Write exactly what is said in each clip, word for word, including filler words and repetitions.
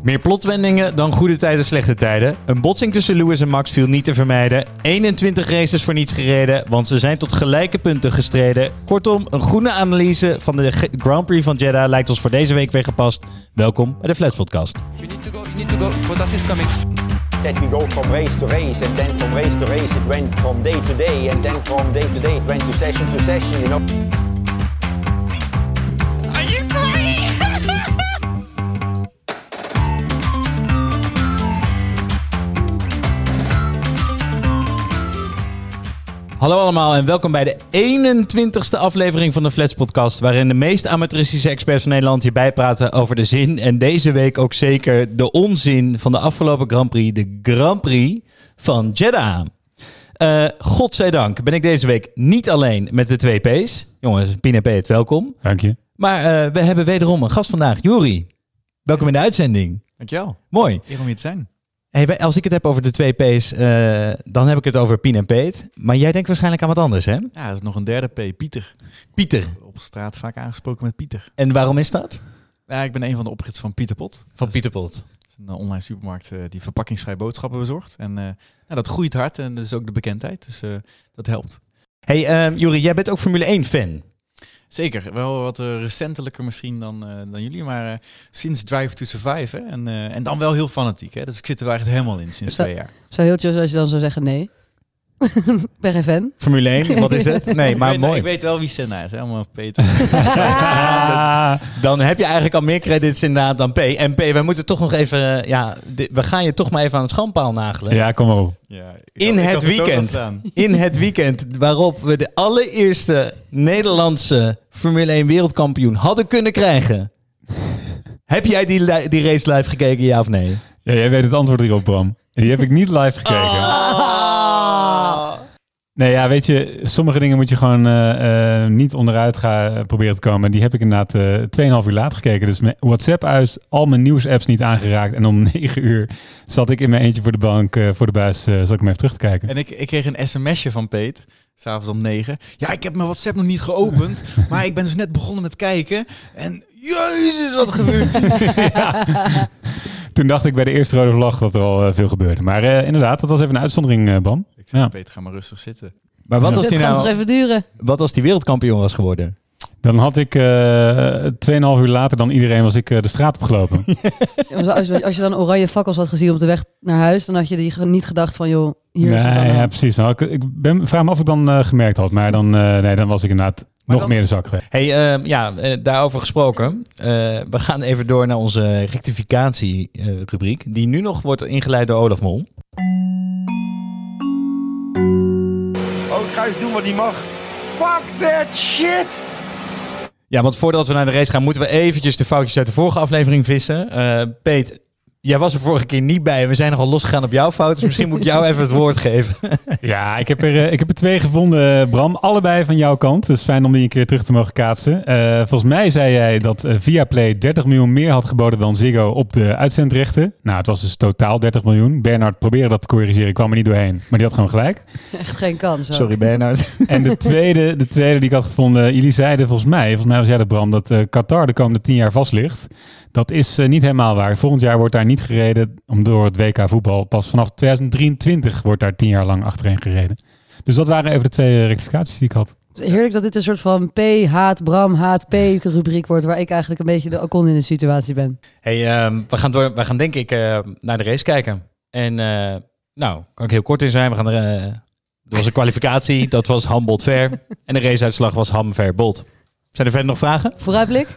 Meer plotwendingen dan goede tijden, slechte tijden. Een botsing tussen Lewis en Max viel niet te vermijden. eenentwintig races voor niets gereden, want ze zijn tot gelijke punten gestreden. Kortom, een goede analyse van de Grand Prix van Jeddah lijkt ons voor deze week weer gepast. Welkom bij de Flats Podcast. You need to go, you need to go. Bottas is coming. That we go from race to race, and then from race to race it went from day to day, and then from day to day it went to session to session, you know. Are you crying? Hallo allemaal en welkom bij de eenentwintigste aflevering van de Flats Podcast, waarin de meest amateuristische experts van Nederland je bijpraten over de zin en deze week ook zeker de onzin van de afgelopen Grand Prix, de Grand Prix van Jeddah. Uh, godzijdank ben ik deze week niet alleen met de twee P's. Jongens, Pien en Peet, welkom. Dank je. Maar uh, we hebben wederom een gast vandaag, Juri. Welkom in de uitzending. Dankjewel. Mooi. Eer om hier te zijn. Hey, wij- als ik het heb over de twee P's, uh, dan heb ik het over Pien en Peet. Maar jij denkt waarschijnlijk aan wat anders, hè? Ja, er is nog een derde P, Pieter. Pieter. Op straat vaak aangesproken met Pieter. En waarom is dat? Ja, ik ben een van de oprichters van Pieter Pot. Van Pieter Pot. Dat is een uh, online supermarkt uh, die verpakkingsvrij boodschappen bezorgt. En uh, nou, dat groeit hard en dat is ook de bekendheid. Dus uh, dat helpt. Hey, uh, Juri, jij bent ook Formule één fan. Zeker. Wel wat uh, recentelijker misschien dan, uh, dan jullie. Maar uh, sinds Drive to Survive. Hè? En, uh, en dan wel heel fanatiek. Hè? Dus ik zit er echt helemaal in sinds Zo- twee jaar. Zou heel chill als je dan zou zeggen nee. Ik ben geen fan. Formule één, wat is het? Nee, maar ik, weet, mooi. ik weet wel wie Senna is. Helemaal Peter. Dan heb je eigenlijk al meer credits inderdaad dan P. En P, wij moeten toch nog even... uh, Ja, di- we gaan je toch maar even aan het schandpaal nagelen. Ja, kom maar op. Ja, ik In had- ik het had ook al weekend. staan. In het weekend waarop we de allereerste Nederlandse Formule één wereldkampioen hadden kunnen krijgen. Heb jij die, li- die race live gekeken, ja of nee? Ja, jij weet het antwoord hierop, Bram. En die heb ik niet live gekeken. Ah. Nee, ja, weet je, sommige dingen moet je gewoon uh, uh, niet onderuit gaan proberen te komen. Die heb ik inderdaad uh, twee en een half uur later gekeken. Dus mijn WhatsApp uit, al mijn nieuwsapps niet aangeraakt. En om negen uur zat ik in mijn eentje voor de bank, uh, voor de buis, uh, zat ik hem even terug te kijken. En ik, ik kreeg een sms'je van Peet, s'avonds om negen. Ja, ik heb mijn WhatsApp nog niet geopend, maar ik ben dus net begonnen met kijken. En jezus, wat gebeurt hier? Ja. Toen dacht ik bij de eerste rode vlag dat er al uh, veel gebeurde. Maar uh, inderdaad, dat was even een uitzondering, uh, Bram. Ik zei, Ja. Peet, ga maar rustig zitten. Maar wat Ja. als Dit die gaat nog nou... even duren. Wat als die wereldkampioen was geworden? Dan had ik uh, twee en een half uur later dan iedereen was ik uh, de straat opgelopen. Ja, Als, als je dan oranje fakkels had gezien op de weg naar huis, dan had je die ge- niet gedacht van joh, hier nee, is het aan de ja, hand. precies. Nou, ik, ik ben, vraag me af of ik dan uh, gemerkt had. Maar dan, uh, nee, dan was ik inderdaad nog dan- meer de zak geweest. Hey, uh, ja, uh, daarover gesproken. Uh, we gaan even door naar onze rectificatie-rubriek, die nu nog wordt ingeleid door Olaf Mol. Oh, ik ga eens doen wat hij mag. Fuck that shit! Ja, want voordat we naar de race gaan, moeten we eventjes de foutjes uit de vorige aflevering vissen. Uh, Peet, jij was er vorige keer niet bij. We zijn nogal losgegaan op jouw fouten. Dus misschien moet ik jou even het woord geven. Ja, ik heb, er, uh, ik heb er twee gevonden, uh, Bram. Allebei van jouw kant. Dus fijn om die een keer terug te mogen kaatsen. Uh, volgens mij zei jij dat uh, Viaplay dertig miljoen meer had geboden dan Ziggo op de uitzendrechten. Nou, het was dus totaal dertig miljoen. Bernard probeerde dat te corrigeren. Ik kwam er niet doorheen. Maar die had gewoon gelijk. Echt geen kans. hoor. Sorry, Bernard. En de tweede, de tweede die ik had gevonden. Jullie zeiden volgens mij, volgens mij was jij dat, Bram, dat uh, Qatar de komende tien jaar vast ligt. Dat is uh, niet helemaal waar. Volgend jaar wordt daar niet gereden om door het W K voetbal. Pas vanaf tweeduizend drieëntwintig wordt daar tien jaar lang achterheen gereden. Dus dat waren even de twee uh, rectificaties die ik had. Heerlijk dat dit een soort van P, haat, Bram, haat, P rubriek wordt, waar ik eigenlijk een beetje de Ocon in de situatie ben. Hey, um, we, gaan door, we gaan denk ik uh, naar de race kijken. En uh, nou, kan ik heel kort in zijn. We gaan er, uh, er was een kwalificatie, dat was Ham Bolt Ver. En de raceuitslag was Ham Ver Bolt. Zijn er verder nog vragen? Vooruitblik?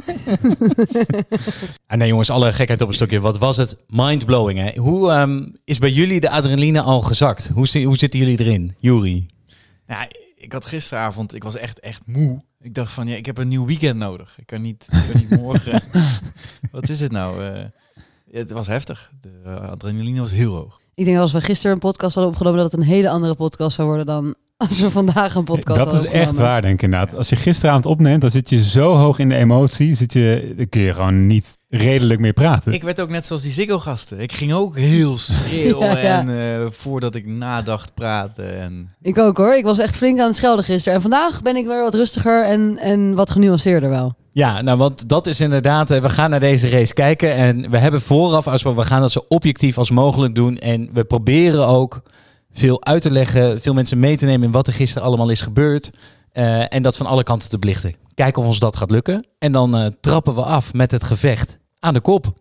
Ah, nee jongens, alle gekheid op een stukje. Wat was het? Mindblowing, hè? Hoe um, is bij jullie de adrenaline al gezakt? Hoe, zi- hoe zitten jullie erin? Juri? Ja, ik had gisteravond, ik was echt, echt moe. Ik dacht van, ja, ik heb een nieuw weekend nodig. Ik kan niet, ik kan niet morgen... Wat is het nou? Uh, het was heftig. De uh, adrenaline was heel hoog. Ik denk dat als we gisteren een podcast hadden opgenomen, dat het een hele andere podcast zou worden dan als we vandaag een podcast Dat is hadden echt opgenomen. waar, denk ik inderdaad. Als je gisteravond opneemt, dan zit je zo hoog in de emotie. Zit je, dan kun je gewoon niet redelijk meer praten. Ik werd ook net zoals die Ziggo-gasten. Ik ging ook heel schreeuwen Ja, ja. en uh, voordat ik nadacht praten. En... Ik ook hoor. Ik was echt flink aan het schelden gisteren. En vandaag ben ik weer wat rustiger en, en wat genuanceerder wel. Ja, nou, want dat is inderdaad... We gaan naar deze race kijken en we hebben vooraf... Als we, we gaan dat zo objectief als mogelijk doen. En we proberen ook veel uit te leggen, veel mensen mee te nemen... in wat er gisteren allemaal is gebeurd. Uh, en dat van alle kanten te belichten. Kijken of ons dat gaat lukken. En dan uh, trappen we af met het gevecht aan de kop.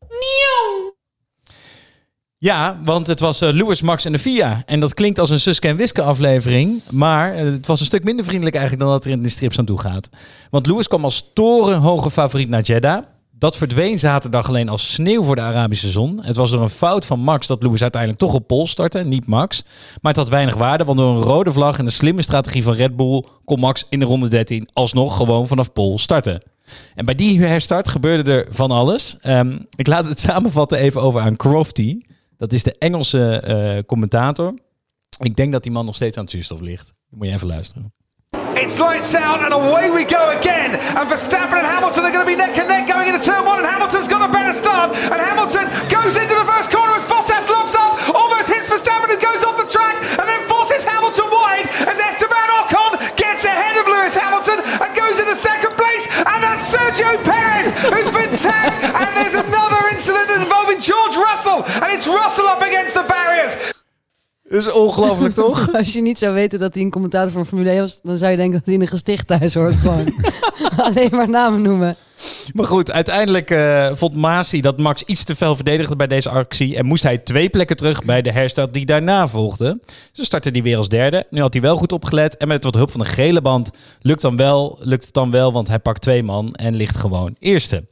Ja, want het was uh, Lewis, Max en de F I A. En dat klinkt als een Suske en Wiske aflevering. Maar uh, het was een stuk minder vriendelijk eigenlijk dan dat er in de strips aan toe gaat. Want Lewis kwam als torenhoge favoriet naar Jeddah. Dat verdween zaterdag alleen als sneeuw voor de Arabische zon. Het was door een fout van Max dat Lewis uiteindelijk toch op pole startte, niet Max. Maar het had weinig waarde, want door een rode vlag en een slimme strategie van Red Bull kon Max in de ronde dertien alsnog gewoon vanaf pole starten. En bij die herstart gebeurde er van alles. Um, ik laat het samenvatten even over aan Crofty. Dat is de Engelse uh, commentator. Ik denk dat die man nog steeds aan het zuurstof ligt. Dan moet je even luisteren. It's lights out and away we go again. And Verstappen and Hamilton are going to be neck and neck going into turn one. And Hamilton's got a better start. And Hamilton goes into the first corner as Bottas locks up. Almost hits Verstappen who goes off the track. And then forces Hamilton wide as Esteban Ocon gets ahead of Lewis Hamilton and goes into second place. And that's Sergio Perez who's been tagged. And there's another incident involving George Russell. And it's Russell up against the barriers. Dat is ongelooflijk, toch? Als je niet zou weten dat hij een commentator van Formule één was, dan zou je denken dat hij in een gesticht thuis hoort. Gewoon. Alleen maar namen noemen. Maar goed, uiteindelijk uh, vond Masi dat Max iets te fel verdedigde bij deze actie. En moest hij twee plekken terug bij de herstart die daarna volgde. Dus startte hij weer als derde. Nu had hij wel goed opgelet. En met wat hulp van een gele band lukt, dan wel, lukt het dan wel, want hij pakt twee man en ligt gewoon eerste.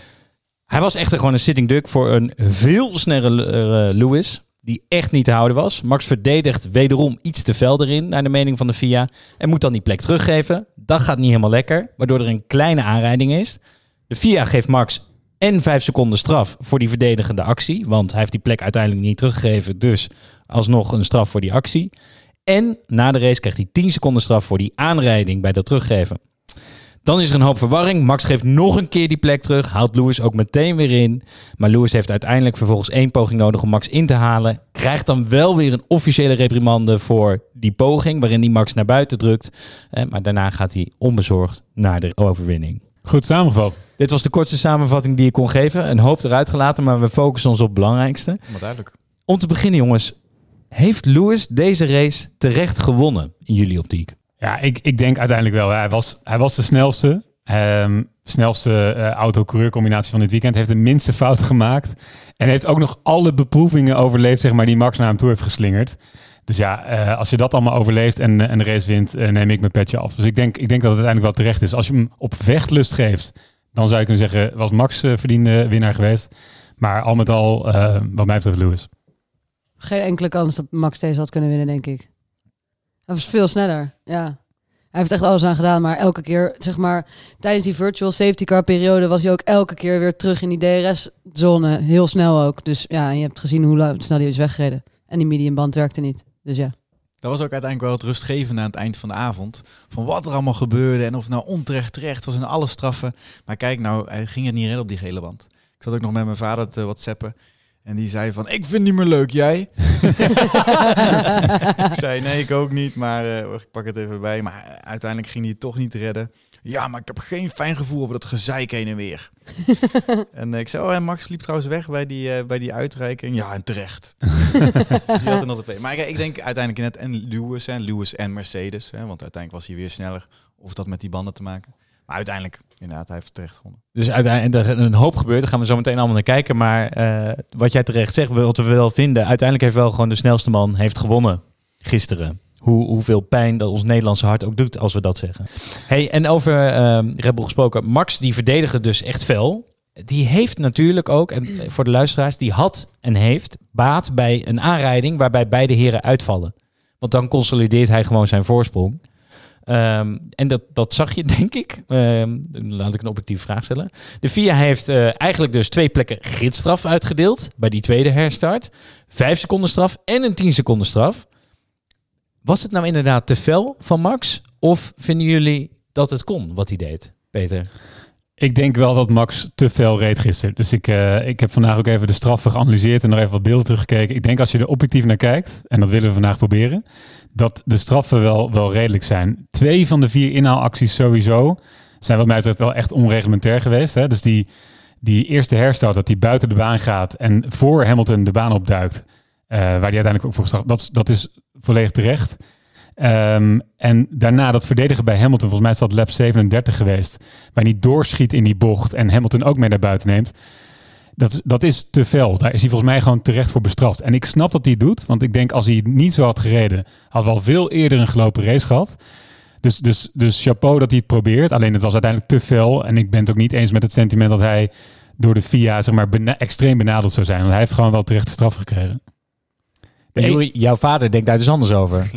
Hij was echter gewoon een sitting duck voor een veel snellere uh, Lewis, die echt niet te houden was. Max verdedigt wederom iets te fel erin, naar de mening van de F I A. En moet dan die plek teruggeven. Dat gaat niet helemaal lekker, waardoor er een kleine aanrijding is. De F I A geeft Max en vijf seconden straf voor die verdedigende actie. Want hij heeft die plek uiteindelijk niet teruggegeven. Dus alsnog een straf voor die actie. En na de race krijgt hij tien seconden straf voor die aanrijding bij dat teruggeven. Dan is er een hoop verwarring. Max geeft nog een keer die plek terug. Haalt Lewis ook meteen weer in. Maar Lewis heeft uiteindelijk vervolgens één poging nodig om Max in te halen. Krijgt dan wel weer een officiële reprimande voor die poging, waarin hij Max naar buiten drukt. Eh, maar daarna gaat hij onbezorgd naar de overwinning. Goed samengevat. Dit was de kortste samenvatting die ik kon geven. Een hoop eruit gelaten, maar we focussen ons op het belangrijkste. Maar duidelijk. Om te beginnen, jongens. Heeft Lewis deze race terecht gewonnen in jullie optiek? Ja, ik, ik denk uiteindelijk wel. Hij was, hij was de snelste. Um, snelste uh, auto-coureur-combinatie van dit weekend. Heeft de minste fouten gemaakt. En heeft ook nog alle beproevingen overleefd, zeg maar, die Max naar hem toe heeft geslingerd. Dus ja, uh, als je dat allemaal overleeft en, en de race wint, uh, neem ik mijn petje af. Dus ik denk, ik denk dat het uiteindelijk wel terecht is. Als je hem op vechtlust geeft, dan zou je kunnen zeggen, was Max uh, verdiende winnaar geweest. Maar al met al, uh, wat mij betreft, Lewis. Geen enkele kans dat Max deze had kunnen winnen, denk ik. Hij was veel sneller, ja. Hij heeft echt alles aan gedaan, maar elke keer, zeg maar, tijdens die virtual safety car periode was hij ook elke keer weer terug in die D R S-zone. Heel snel ook. Dus ja, je hebt gezien hoe snel hij is weggereden. En die mediumband werkte niet. Dus ja. Dat was ook uiteindelijk wel het rustgevende aan het eind van de avond. Van wat er allemaal gebeurde en of het nou onterecht terecht was en alle straffen. Maar kijk nou, hij ging het niet redden op die gele band. Ik zat ook nog met mijn vader te whatsappen. En die zei van, ik vind niet meer leuk, jij? Ik zei, nee, ik ook niet, maar uh, ik pak het even bij. Maar uiteindelijk ging hij het toch niet redden. Ja, maar ik heb geen fijn gevoel over dat gezeik heen en weer. En uh, ik zei, oh, en Max liep trouwens weg bij die, uh, bij die uitreiking. Ja, en terecht. Dus die had er nog de maar ik, ik denk uiteindelijk net en Lewis, en Lewis en Mercedes. Hè, want uiteindelijk was hij weer sneller. Of dat met die banden te maken. Maar uiteindelijk, inderdaad, hij heeft terecht gewonnen. Dus uiteindelijk er een hoop gebeurt. Daar gaan we zo meteen allemaal naar kijken. Maar uh, wat jij terecht zegt, wat we wel vinden. Uiteindelijk heeft wel gewoon de snelste man heeft gewonnen gisteren. Hoe, hoeveel pijn dat ons Nederlandse hart ook doet als we dat zeggen. Hey, en over uh, Red Bull gesproken. Max, die verdedigde dus echt fel. Die heeft natuurlijk ook, en voor de luisteraars, die had en heeft baat bij een aanrijding waarbij beide heren uitvallen. Want dan consolideert hij gewoon zijn voorsprong. Um, en dat, dat zag je, denk ik. Um, laat ik een objectieve vraag stellen. De F I A heeft uh, eigenlijk dus twee plekken gidsstraf uitgedeeld bij die tweede herstart. Vijf seconden straf en een tien seconden straf. Was het nou inderdaad te fel van Max? Of vinden jullie dat het kon, wat hij deed, Peter? Ik denk wel dat Max te fel reed gisteren. Dus ik, uh, ik heb vandaag ook even de straffen geanalyseerd en nog even wat beelden teruggekeken. Ik denk als je er objectief naar kijkt, en dat willen we vandaag proberen, dat de straffen wel, wel redelijk zijn. Twee van de vier inhaalacties sowieso zijn wat mij betreft wel echt onreglementair geweest. Hè? Dus die, die eerste herstart, dat hij buiten de baan gaat en voor Hamilton de baan opduikt, uh, waar hij uiteindelijk ook voor gestraft, dat, dat is volledig terecht. Um, en daarna dat verdedigen bij Hamilton, volgens mij is dat lap zevenendertig geweest, waar hij niet doorschiet in die bocht en Hamilton ook mee naar buiten neemt. Dat, dat is te fel. Daar is hij volgens mij gewoon terecht voor bestraft. En ik snap dat hij het doet, want ik denk als hij het niet zo had gereden, hadden we al veel eerder een gelopen race gehad. Dus, dus, dus chapeau dat hij het probeert. Alleen het was uiteindelijk te fel. En ik ben het ook niet eens met het sentiment dat hij door de F I A zeg maar, bena- extreem benadeld zou zijn. Want hij heeft gewoon wel terecht straf gekregen. En Joeri, jouw vader denkt daar dus anders over.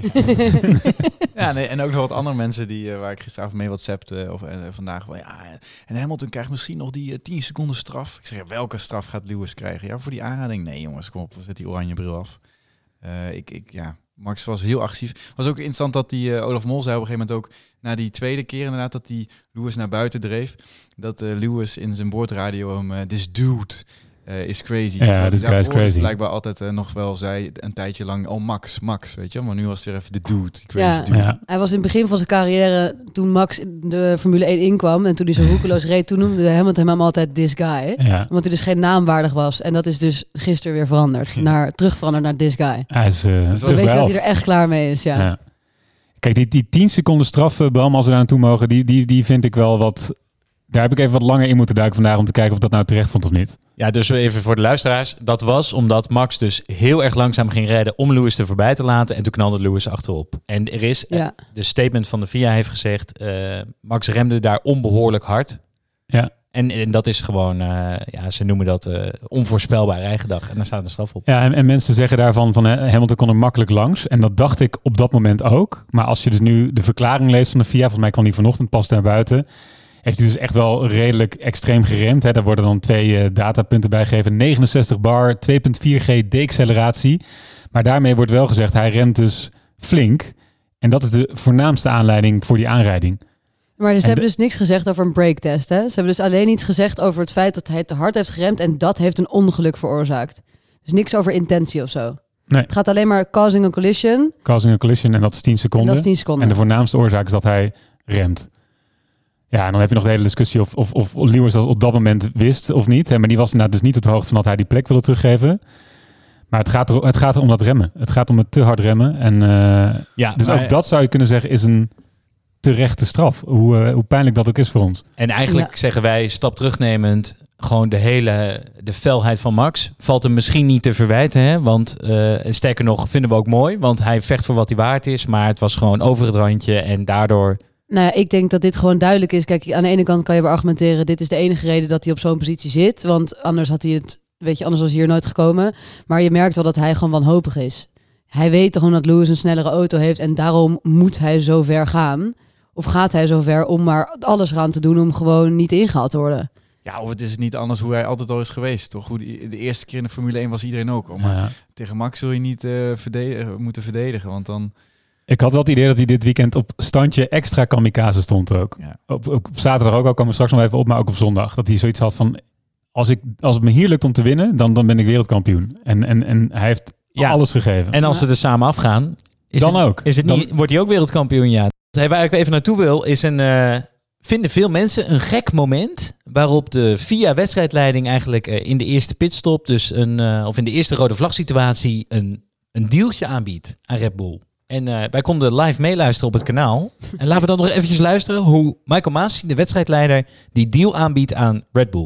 Ja, nee, en ook nog wat andere mensen die, uh, waar ik gisteravond mee WhatsAppte of uh, vandaag. Wel, ja, en Hamilton krijgt misschien nog die uh, tien seconden straf. Ik zeg, ja, welke straf gaat Lewis krijgen? Ja, voor die aanrijding? Nee jongens, kom op, zet die oranje bril af. Uh, ik, ik, ja, Max was heel agressief. Was ook interessant dat die uh, Olaf Mol zei op een gegeven moment ook, na die tweede keer inderdaad, dat die Lewis naar buiten dreef. Dat uh, Lewis in zijn boordradio hem, uh, this dude uh, is crazy. Ja, this guy is crazy. Blijkbaar altijd uh, nog wel zei, een tijdje lang, oh Max, Max, weet je. Maar nu was hij er even de dude, die crazy Ja. dude. Ja. Hij was in het begin van zijn carrière, toen Max de Formule één inkwam en toen hij zo roekeloos reed, toen noemde Hamilton hem altijd this guy. Ja. Omdat hij dus geen naamwaardig was. En dat is dus gisteren weer veranderd. Naar, terug veranderd naar this guy. Hij is uh, Dus Dan terug weet je bij dat elf. hij er echt klaar mee is, ja. Ja. Kijk, die, die tien seconden straf, uh, Bram, als we daar naartoe mogen, die, die, die vind ik wel wat. Daar heb ik even wat langer in moeten duiken vandaag om te kijken of dat nou terecht vond of niet. Ja, dus even voor de luisteraars. Dat was omdat Max dus heel erg langzaam ging rijden om Lewis er voorbij te laten. En toen knalde Lewis achterop. En er is, Ja. de statement van de F I A heeft gezegd, uh, Max remde daar onbehoorlijk hard. Ja. En, en dat is gewoon, uh, ja, ze noemen dat uh, onvoorspelbaar rijgedrag. En daar staat een straf op. Ja, en, en mensen zeggen daarvan van uh, Hamilton kon er makkelijk langs. En dat dacht ik op dat moment ook. Maar als je dus nu de verklaring leest van de F I A, volgens mij kwam die vanochtend pas naar buiten, heeft hij dus echt wel redelijk extreem geremd. Hè. Daar worden dan twee uh, datapunten bijgegeven. negenenzestig bar, twee komma vier G deceleratie. Maar daarmee wordt wel gezegd, hij remt dus flink. En dat is de voornaamste aanleiding voor die aanrijding. Maar ze En hebben de- dus niks gezegd over een breaktest. Hè? Ze hebben dus alleen iets gezegd over het feit dat hij te hard heeft geremd en dat heeft een ongeluk veroorzaakt. Dus niks over intentie of zo. Nee. Het gaat alleen maar causing a collision. Causing a collision en dat is tien En seconden. dat is tien seconden. En de voornaamste oorzaak is dat hij remt. Ja, en dan heb je nog de hele discussie of, of, of Lewis dat op dat moment wist of niet. Hè, maar die was inderdaad dus niet op de hoogte van dat hij die plek wilde teruggeven. Maar het gaat, er, het gaat er om dat remmen. Het gaat om het te hard remmen. En, uh, Ja, dus maar- ook dat zou je kunnen zeggen is een terechte straf. Hoe, uh, hoe pijnlijk dat ook is voor ons. En eigenlijk Ja. zeggen wij, stap terugnemend, gewoon de hele, de felheid van Max valt hem misschien niet te verwijten. Hè? Want uh, sterker nog, vinden we ook mooi. Want hij vecht voor wat hij waard is. Maar het was gewoon over het randje en daardoor... Nou ja, ik denk dat dit gewoon duidelijk is. Kijk, aan de ene kant kan je weer argumenteren, dit is de enige reden dat hij op zo'n positie zit. Want anders had hij het, weet je, anders was hij hier nooit gekomen. Maar je merkt wel dat hij gewoon wanhopig is. Hij weet gewoon dat Lewis een snellere auto heeft en daarom moet hij zo ver gaan. Of gaat hij zo ver om maar alles eraan te doen om gewoon niet ingehaald te worden. Ja, of het is niet anders hoe hij altijd al is geweest, toch? Hoe die, de eerste keer in de Formule één was iedereen ook al. Maar Ja. tegen Max zul je niet uh, verdedigen, moeten verdedigen, want dan... Ik had wel het idee dat hij dit weekend op standje extra kamikaze stond ook. Ja. Op, op, op zaterdag ook, al komen we straks nog even op, maar ook op zondag. Dat hij zoiets had van, als, ik, als het me hier lukt om te winnen, dan, dan ben ik wereldkampioen. En, en, en hij heeft Ja. alles gegeven. En als ze er samen afgaan, is Dan het, ook. Is het Dan- niet, wordt hij ook wereldkampioen, ja. Waar ik eigenlijk even naartoe wil, is een... Uh, vinden veel mensen een gek moment waarop de F I A-wedstrijdleiding eigenlijk uh, in de eerste pitstop, dus een, uh, of in de eerste rode vlag situatie, een, een dealtje aanbiedt aan Red Bull. En uh, wij konden live meeluisteren op het kanaal. En laten we dan nog eventjes luisteren hoe Michael Masi, de wedstrijdleider, die deal aanbiedt aan Red Bull.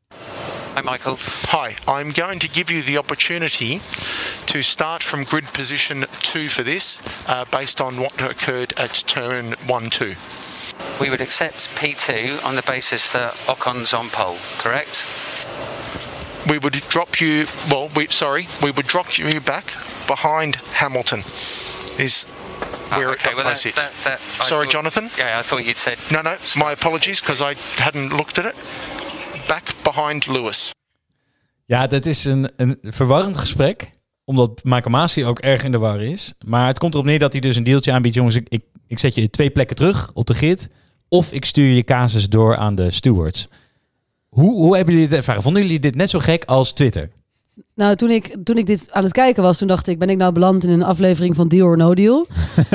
Hi, Michael. Hi, I'm going to give you the opportunity to start from grid position two for this, uh, based on what occurred at turn one two. We would accept P two on the basis that Ocon's on pole, correct? We would drop you, well, we, sorry, we would drop you back behind Hamilton, is where Oh, it okay, well, I that's, sit. that, that, I Sorry, thought- Jonathan? Yeah, I thought you'd said... No, no, my apologies, because I hadn't looked at it. Back behind Lewis. Ja, dat is een, een verwarrend gesprek. Omdat Michael Masi ook erg in de war is. Maar het komt erop neer dat hij dus een deeltje aanbiedt. Jongens, ik, ik, ik zet je twee plekken terug op de grid. Of ik stuur je casus door aan de stewards. Hoe, hoe hebben jullie dit ervaren? Vonden jullie dit net zo gek als Twitter? Nou, toen ik, toen ik dit aan het kijken was, toen dacht ik, ben ik nou beland in een aflevering van Deal or No Deal?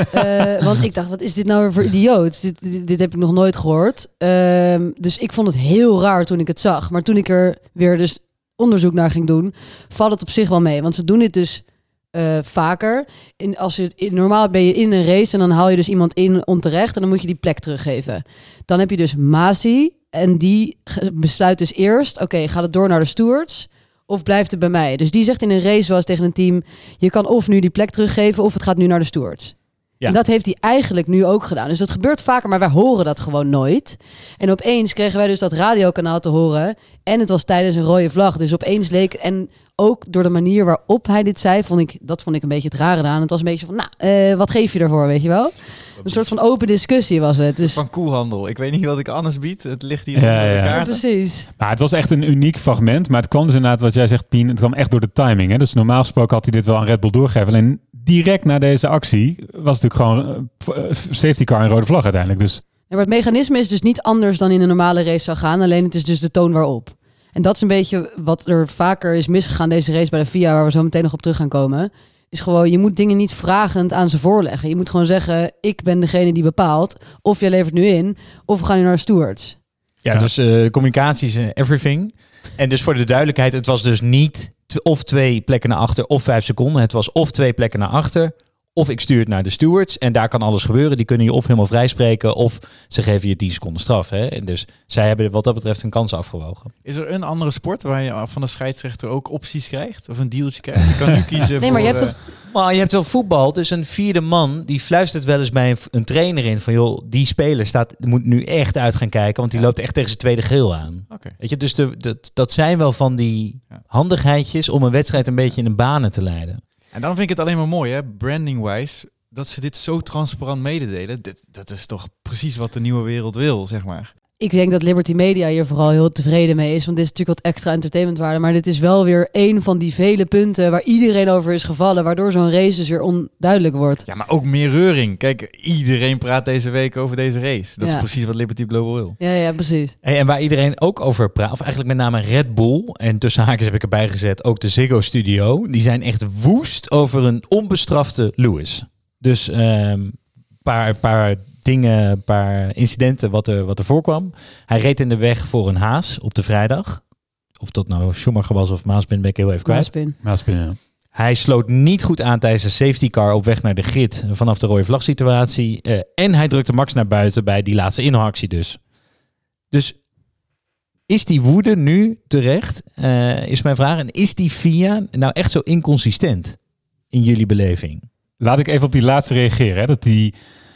uh, want ik dacht, wat is dit nou weer voor idioot? Dit, dit, dit heb ik nog nooit gehoord. Uh, dus ik vond het heel raar toen ik het zag. Maar toen ik er weer dus onderzoek naar ging doen, valt het op zich wel mee. Want ze doen dit dus uh, vaker. In, als je het, in, normaal ben je in een race en dan haal je dus iemand in onterecht en dan moet je die plek teruggeven. Dan heb je dus Masi en die besluit dus eerst, oké, okay, gaat het door naar de stewards of blijft het bij mij? Dus die zegt in een race zoals tegen een team, je kan of nu die plek teruggeven of het gaat nu naar de stewards. Ja. En dat heeft hij eigenlijk nu ook gedaan. Dus dat gebeurt vaker, maar wij horen dat gewoon nooit. En opeens kregen wij dus dat radiokanaal te horen. En het was tijdens een rode vlag. Dus opeens leek... En ook door de manier waarop hij dit zei, vond ik, dat vond ik een beetje het rare aan. Het was een beetje van, nou, uh, wat geef je ervoor, weet je wel? Een soort van open discussie was het. Dus... Van koelhandel. Ik weet niet wat ik anders bied. Het ligt hier ja, onder ja. de kaart. Ja, precies. Nou, het was echt een uniek fragment. Maar het kwam dus inderdaad, wat jij zegt, Pien, het kwam echt door de timing. Hè? Dus normaal gesproken had hij dit wel aan Red Bull doorgegeven. Alleen direct na deze actie was het natuurlijk gewoon uh, safety car en rode vlag uiteindelijk. Dus... Ja, maar het mechanisme is dus niet anders dan in een normale race zou gaan. Alleen het is dus de toon waarop. En dat is een beetje wat er vaker is misgegaan deze race bij de F I A, waar we zo meteen nog op terug gaan komen. Is gewoon, je moet dingen niet vragend aan ze voorleggen. Je moet gewoon zeggen, ik ben degene die bepaalt. Of je levert nu in, of we gaan nu naar de stewards. Ja, ja. dus uh, communicatie is uh, everything. En dus voor de duidelijkheid, het was dus niet t- of twee plekken naar achter of vijf seconden. Het was of twee plekken naar achter, of ik stuur het naar de stewards. En daar kan alles gebeuren. Die kunnen je of helemaal vrijspreken, of ze geven je tien seconden straf. Hè? En dus zij hebben wat dat betreft hun kansen afgewogen. Is er een andere sport waar je van de scheidsrechter ook opties krijgt? Of een dealtje krijgt? Je kan nu kiezen nee, voor... maar je hebt uh... toch... Maar je hebt wel voetbal, dus een vierde man die fluistert wel eens bij een, een trainer in van joh, die speler staat, moet nu echt uit gaan kijken, want die ja. loopt echt tegen zijn tweede geel aan. Okay. Weet je, dus de, de, dat zijn wel van die ja. handigheidjes om een wedstrijd een beetje in de banen te leiden. En dan vind ik het alleen maar mooi, hè, branding-wise, dat ze dit zo transparant mededelen. Dit, dat is toch precies wat de nieuwe wereld wil, zeg maar. Ik denk dat Liberty Media hier vooral heel tevreden mee is. Want dit is natuurlijk wat extra entertainmentwaarde. Maar dit is wel weer één van die vele punten waar iedereen over is gevallen. Waardoor zo'n race dus weer onduidelijk wordt. Ja, maar ook meer reuring. Kijk, iedereen praat deze week over deze race. Dat ja. is precies wat Liberty Global wil. Ja, ja, precies. Hey, en waar iedereen ook over praat, of eigenlijk met name Red Bull. En tussen haakjes heb ik erbij gezet, ook de Ziggo Studio. Die zijn echt woest over een onbestrafte Lewis. Dus een um, paar... paar dingen, een paar incidenten wat er, wat er voorkwam. Hij reed in de weg voor een haas op de vrijdag. Of dat nou Schumacher was of Maaspin, ben ik heel even kwijt. Maaspin. Maaspin, ja. Hij sloot niet goed aan tijdens een safety car op weg naar de grid vanaf de rode vlag situatie. Uh, en hij drukte Max naar buiten bij die laatste inhaalactie dus. Dus is die woede nu terecht? Uh, is mijn vraag. En is die F I A nou echt zo inconsistent in jullie beleving? Laat ik even op die laatste reageren. Hè? Dat die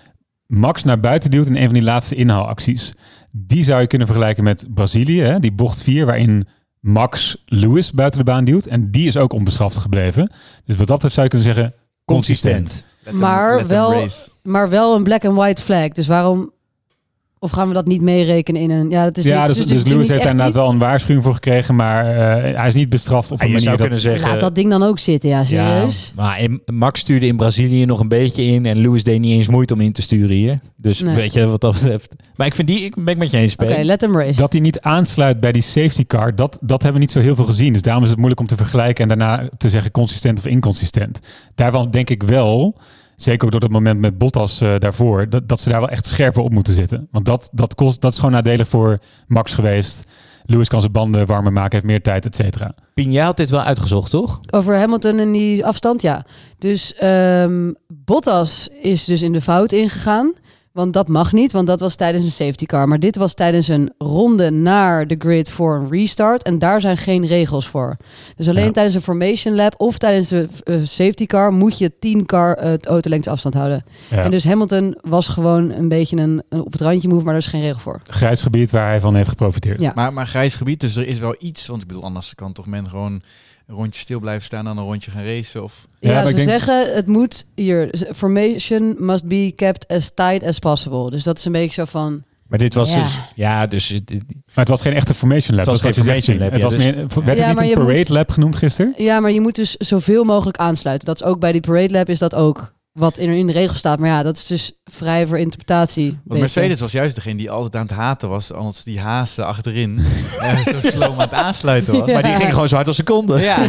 Max naar buiten duwt in een van die laatste inhaalacties. Die zou je kunnen vergelijken met Brazilië. Hè? Die bocht vier waarin Max Lewis buiten de baan duwt. En die is ook onbestraft gebleven. Dus wat dat betreft zou je kunnen zeggen consistent. consistent. Maar, hem, wel, maar wel een black and white flag. Dus waarom... Of gaan we dat niet meerekenen in een... Ja, dat is ja niet, dus, dus, dus Lewis heeft inderdaad iets... wel een waarschuwing voor gekregen. Maar uh, hij is niet bestraft op ja, een manier zou dat... kunnen zeggen... Laat dat ding dan ook zitten, ja, serieus. Ja, maar in, Max stuurde in Brazilië nog een beetje in. En Lewis deed niet eens moeite om in te sturen hier. Dus nee. weet je wat dat betreft. Maar ik vind die... Ik ben ik met je eens, Oké, okay, let hem race. Dat hij niet aansluit bij die safety car, dat, dat hebben we niet zo heel veel gezien. Dus daarom is het moeilijk om te vergelijken en daarna te zeggen consistent of inconsistent. Daarvan denk ik wel... Zeker ook door het moment met Bottas uh, daarvoor, dat, dat ze daar wel echt scherper op moeten zitten. Want dat, dat, kost, dat is gewoon nadelig voor Max geweest. Lewis kan zijn banden warmer maken, heeft meer tijd, et cetera. Pien, jij had dit wel uitgezocht, toch? Over Hamilton en die afstand, ja. Dus um, Bottas is dus in de fout ingegaan. Want dat mag niet, want dat was tijdens een safety car. Maar dit was tijdens een ronde naar de grid voor een restart. En daar zijn geen regels voor. Dus alleen ja. tijdens een formation lap of tijdens de uh, safety car moet je tien car uh, autolengte afstand houden. Ja. En dus Hamilton was gewoon een beetje een, een op het randje move, maar er is geen regel voor. Grijs gebied waar hij van heeft geprofiteerd. Ja. Maar, maar grijs gebied, dus er is wel iets. Want ik bedoel, anders kan toch men gewoon... een rondje stil blijven staan en een rondje gaan racen? Of... Ja, ja ze denk... zeggen het moet hier, formation must be kept as tight as possible. Dus dat is een beetje zo van... Maar dit was ja. dus... Ja, dus... Maar het was geen echte formation lap. Het was geen formation lap. Het ja, was dus... meer, werd ja, het niet een parade moet... lap genoemd gisteren? Ja, maar je moet dus zoveel mogelijk aansluiten. Dat is ook bij die parade lap is dat ook wat in, in de regel staat. Maar ja, dat is dus vrij voor interpretatie. Want beetje. Mercedes was juist degene die altijd aan het haten was als die Haas achterin uh, zo slow aan het aansluiten was. Ja. Maar die ging gewoon zo hard als een seconde. Ja,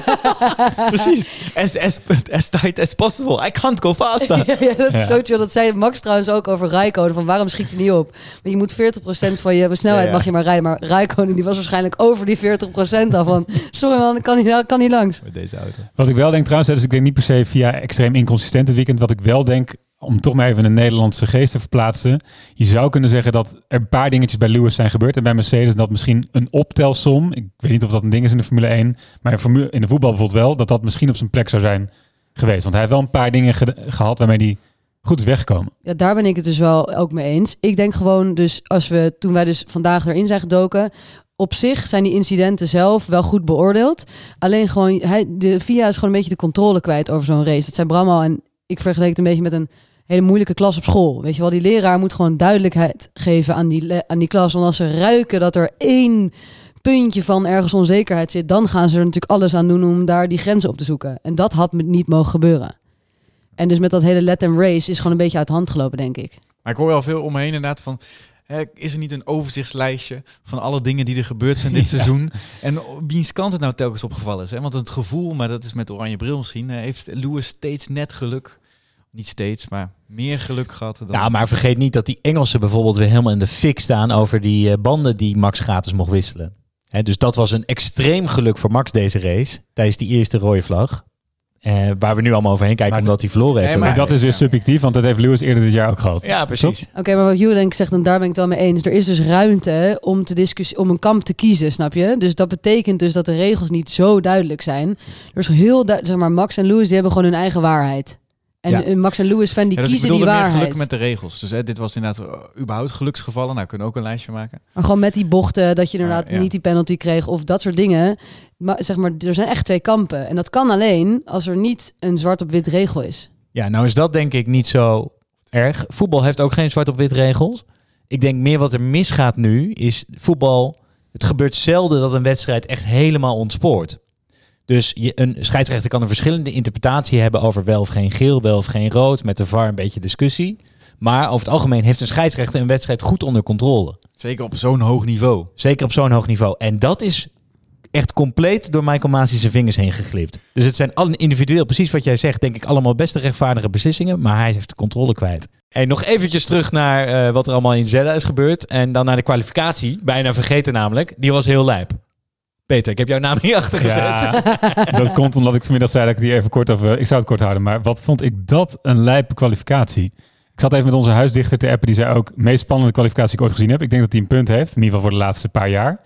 precies. As, as, as tight as possible. I can't go faster. Ja, ja, dat is Ja. zo chill. Dat zei Max trouwens ook over Räikkönen. Van waarom schiet hij niet op? Want je moet veertig procent van je snelheid Ja, ja. mag je maar rijden. Maar Räikkönen die was waarschijnlijk over die veertig procent af. Van, sorry man, ik kan niet, kan niet langs. Met deze auto. Wat ik wel denk trouwens, dus ik denk niet per se via extreem inconsistent het weekend. Wat ik wel denk, om toch maar even een Nederlandse geest te verplaatsen. Je zou kunnen zeggen dat er een paar dingetjes bij Lewis zijn gebeurd. En bij Mercedes dat misschien een optelsom. Ik weet niet of dat een ding is in de Formule één. Maar in, Formule, in de voetbal bijvoorbeeld wel. Dat dat misschien op zijn plek zou zijn geweest. Want hij heeft wel een paar dingen ge- gehad waarmee hij goed is weggekomen. Ja, daar ben ik het dus wel ook mee eens. Ik denk gewoon dus, als we toen wij dus vandaag erin zijn gedoken, op zich zijn die incidenten zelf wel goed beoordeeld. Alleen gewoon, hij, de V I A is gewoon een beetje de controle kwijt over zo'n race. Dat zijn Bram al en ik vergeleek het een beetje met een hele moeilijke klas op school. Weet je wel, die leraar moet gewoon duidelijkheid geven aan die, le- aan die klas. Want als ze ruiken dat er één puntje van ergens onzekerheid zit, dan gaan ze er natuurlijk alles aan doen om daar die grenzen op te zoeken. En dat had niet mogen gebeuren. En dus met dat hele let them race is gewoon een beetje uit de hand gelopen, denk ik. Maar ik hoor wel veel omheen inderdaad van, hè, is er niet een overzichtslijstje van alle dingen die er gebeurd zijn dit seizoen? En wiens kant het nou telkens opgevallen is. Hè? Want het gevoel, maar dat is met oranje bril misschien, heeft Lewis steeds net geluk. Niet steeds, maar meer geluk gehad. Dan... Ja, maar vergeet niet dat die Engelsen bijvoorbeeld weer helemaal in de fik staan over die uh, banden die Max gratis mocht wisselen. Hè, dus dat was een extreem geluk voor Max deze race, tijdens die eerste rode vlag. Uh, waar we nu allemaal overheen kijken, Maar omdat hij verloren heeft. Nee, Maar dat is weer subjectief, want dat heeft Lewis eerder dit jaar ook gehad. Ja, precies. Oké, maar wat Julenk zegt, en daar ben ik het wel mee eens. Er is dus ruimte om, te discussie, om een kamp te kiezen, snap je? Dus dat betekent dus dat de regels niet zo duidelijk zijn. Er is heel duidelijk, zeg maar, Max en Lewis, die hebben gewoon hun eigen waarheid. En Ja. uh, Max en Lewis fan, die Ja, dus ik kiezen die bedoelde meer waarheid. geluk met de regels. Dus hè, dit was inderdaad uh, überhaupt geluksgevallen. Nou, kunnen we ook een lijstje maken. Maar gewoon met die bochten, dat je inderdaad Ah, ja. niet die penalty kreeg of dat soort dingen. Maar zeg maar, er zijn echt twee kampen. En dat kan alleen als er niet een zwart op wit regel is. Ja, nou is dat denk ik niet zo erg. Voetbal heeft ook geen zwart-op-wit regels. Ik denk meer wat er misgaat nu is voetbal. Het gebeurt zelden dat een wedstrijd echt helemaal ontspoort. Dus je, een scheidsrechter kan een verschillende interpretatie hebben over wel of geen geel, wel of geen rood. Met de V A R een beetje discussie. Maar over het algemeen heeft een scheidsrechter een wedstrijd goed onder controle. Zeker op zo'n hoog niveau. Zeker op zo'n hoog niveau. En dat is echt compleet door Michael Masi zijn vingers heen geglipt. Dus het zijn alle individueel, precies wat jij zegt, denk ik allemaal best rechtvaardige beslissingen. Maar hij heeft de controle kwijt. Hey, nog eventjes terug naar uh, wat er allemaal in Jeddah is gebeurd. En dan naar de kwalificatie. Bijna vergeten namelijk. Die was heel lijp. Peter, ik heb jouw naam hierachter gezet. Ja, dat komt omdat ik vanmiddag zei dat ik die even kort over... Ik zou het kort houden, maar wat vond ik dat een lijpe kwalificatie. Ik zat even met onze huisdichter te appen. Die zei ook, meest spannende kwalificatie die ik ooit gezien heb. Ik denk dat hij een punt heeft. In ieder geval voor de laatste paar jaar.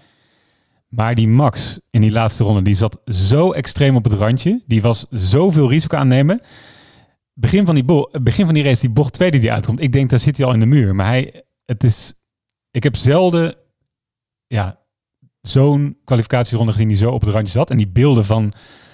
Maar die Max in die laatste ronde, die zat zo extreem op het randje. Die was zoveel risico aannemen. Begin van die, bo- begin van die race, die bocht twee die die uitkomt. Ik denk, daar zit hij al in de muur. Maar hij, het is... Ik heb zelden... Ja... zo'n kwalificatieronde gezien die zo op het randje zat. En die beelden van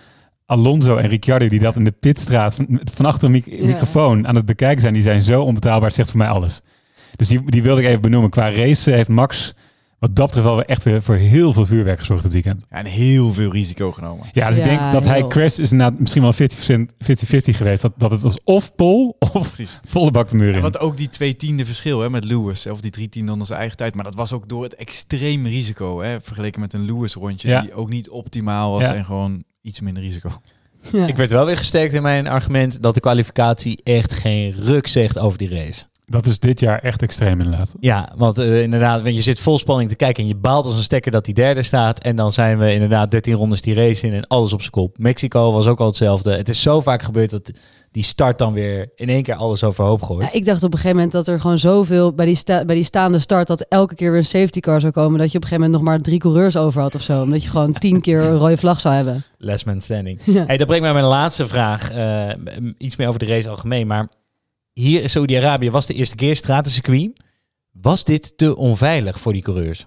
Alonso en Ricciardo die dat in de pitstraat van, van achter een mic- Ja. microfoon aan het bekijken zijn, die zijn zo onbetaalbaar. Het zegt voor mij alles. Dus die, die wilde ik even benoemen. Qua race heeft Max wat dat betreft wel echt weer voor heel veel vuurwerk gezorgd dit weekend. Ja, en heel veel risico genomen. Ja, dus Ja, ik denk dat hij heel. crash is inderdaad misschien wel vijftig vijftig geweest. Dat, dat het was of pole of Precies. volle bak de muur En in. wat ook die twee tiende verschil hè, met Lewis, of die drie tiende onder zijn eigen tijd. Maar dat was ook door het extreem risico. Hè, vergeleken met een Lewis rondje Ja. die ook niet optimaal was Ja. en gewoon iets minder risico. Ja. Ik werd wel weer gesterkt in mijn argument dat de kwalificatie echt geen ruk zegt over die race. Dat is dit jaar echt extreem inderdaad. Ja, want uh, inderdaad, want je zit vol spanning te kijken en je baalt als een stekker dat die derde staat. En dan zijn we inderdaad dertien rondes die race in en alles op zijn kop. Mexico was ook al hetzelfde. Het is zo vaak gebeurd dat die start dan weer in één keer alles overhoop gooit. Ja, ik dacht op een gegeven moment dat er gewoon zoveel bij die, sta- bij die staande start dat elke keer weer een safety car zou komen. Dat je op een gegeven moment nog maar drie coureurs over had of zo. Omdat je gewoon tien keer een rode vlag zou hebben. Last man standing. Ja. Hey, dat brengt mij bij mijn laatste vraag. Uh, iets meer over de race algemeen. Maar hier in Saudi-Arabië was de eerste keer stratencircuit. Was dit te onveilig voor die coureurs?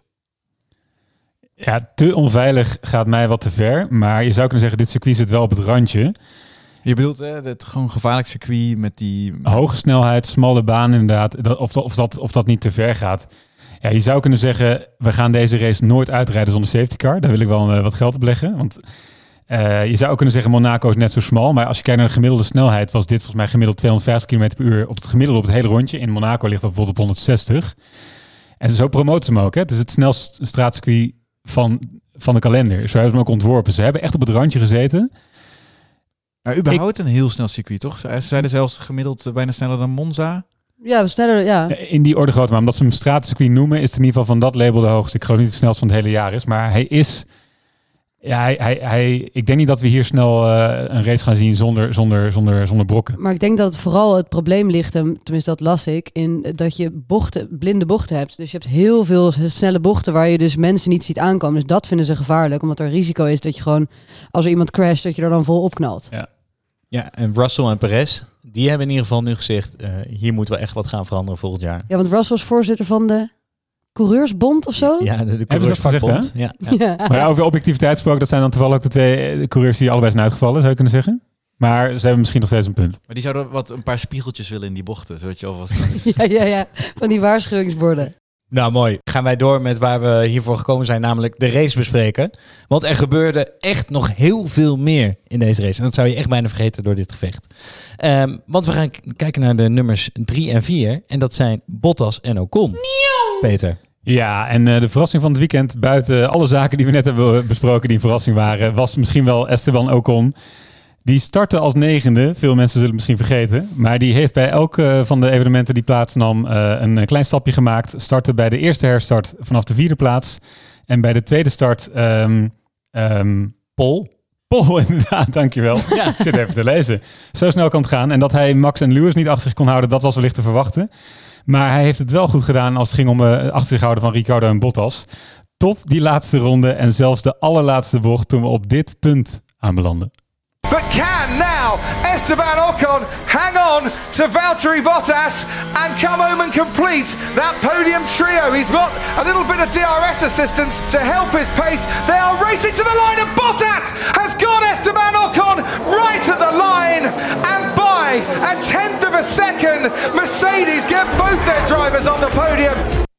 Ja, te onveilig gaat mij wat te ver. Maar je zou kunnen zeggen, dit circuit zit wel op het randje. Je bedoelt hè, het gewoon gevaarlijk circuit met die... Hoge snelheid, smalle baan inderdaad. Dat, of, of, dat, of dat niet te ver gaat. Ja, je zou kunnen zeggen, we gaan deze race nooit uitrijden zonder safety car. Daar wil ik wel uh, wat geld op leggen. Want Uh, je zou ook kunnen zeggen Monaco is net zo smal. Maar als je kijkt naar de gemiddelde snelheid, was dit volgens mij gemiddeld tweehonderdvijftig kilometer per uur op het gemiddelde op het hele rondje. In Monaco ligt dat bijvoorbeeld op honderdzestig. En zo promoten ze hem ook. Hè? Het is het snelste straatcircuit van, van de kalender. Zo hebben ze hem ook ontworpen. Ze hebben echt op het randje gezeten. Maar überhaupt Ik, een heel snel circuit, toch? Ze zeiden zelfs gemiddeld uh, bijna sneller dan Monza. Ja, we sneller, ja. In die orde groot, maar omdat ze hem straatcircuit noemen, is het in ieder geval van dat label de hoogste. Ik geloof niet het snelst van het hele jaar is, maar hij is... Ja, hij, hij, hij, ik denk niet dat we hier snel uh, een race gaan zien zonder, zonder, zonder, zonder brokken. Maar ik denk dat het vooral het probleem ligt, en tenminste dat las ik, in dat je bochten, blinde bochten hebt. Dus je hebt heel veel snelle bochten waar je dus mensen niet ziet aankomen. Dus dat vinden ze gevaarlijk, omdat er risico is dat je gewoon, als er iemand crasht, dat je er dan vol op knalt. Ja. Ja, en Russell en Perez, die hebben in ieder geval nu gezegd, uh, hier moeten we echt wat gaan veranderen volgend jaar. Ja, want Russell is voorzitter van de Coureursbond of zo? Ja, de, de Coureursvakbond. Ja, ja. Ja. Maar ja, over objectiviteit gesproken, dat zijn dan toevallig ook de twee coureurs die allebei zijn uitgevallen, zou je kunnen zeggen. Maar ze hebben misschien nog steeds een punt. Maar die zouden wat een paar spiegeltjes willen in die bochten, zodat je alvast... ja, ja, ja, van die waarschuwingsborden. Nou, mooi. Gaan wij door met waar we hiervoor gekomen zijn, namelijk de race bespreken. Want er gebeurde echt nog heel veel meer in deze race. En dat zou je echt bijna vergeten door dit gevecht. Um, want we gaan k- kijken naar de nummers drie en vier. En dat zijn Bottas en Ocon. Nieuw! Peter. Ja, en uh, de verrassing van het weekend, buiten alle zaken die we net hebben besproken die een verrassing waren, was misschien wel Esteban Ocon. Die startte als negende, veel mensen zullen het misschien vergeten. Maar die heeft bij elk uh, van de evenementen die plaatsnam uh, een klein stapje gemaakt. Startte bij de eerste herstart vanaf de vierde plaats. En bij de tweede start... Um, um, Pol. Pol, inderdaad, dankjewel. Ja. Ik zit even te lezen. Zo snel kan het gaan. En dat hij Max en Lewis niet achter zich kon houden, dat was wellicht te verwachten. Maar hij heeft het wel goed gedaan als het ging om uh, achter zich houden van Ricciardo en Bottas. Tot die laatste ronde en zelfs de allerlaatste bocht toen we op dit punt aanbelanden. But can now Esteban Ocon hang on to Valtteri Bottas and come home and complete that podium trio? He's got a little bit of D R S assistance to help his pace. They are racing to the line and Bottas has got Esteban Ocon right at the line, and by a tenth of a second Mercedes get both their drivers on the podium.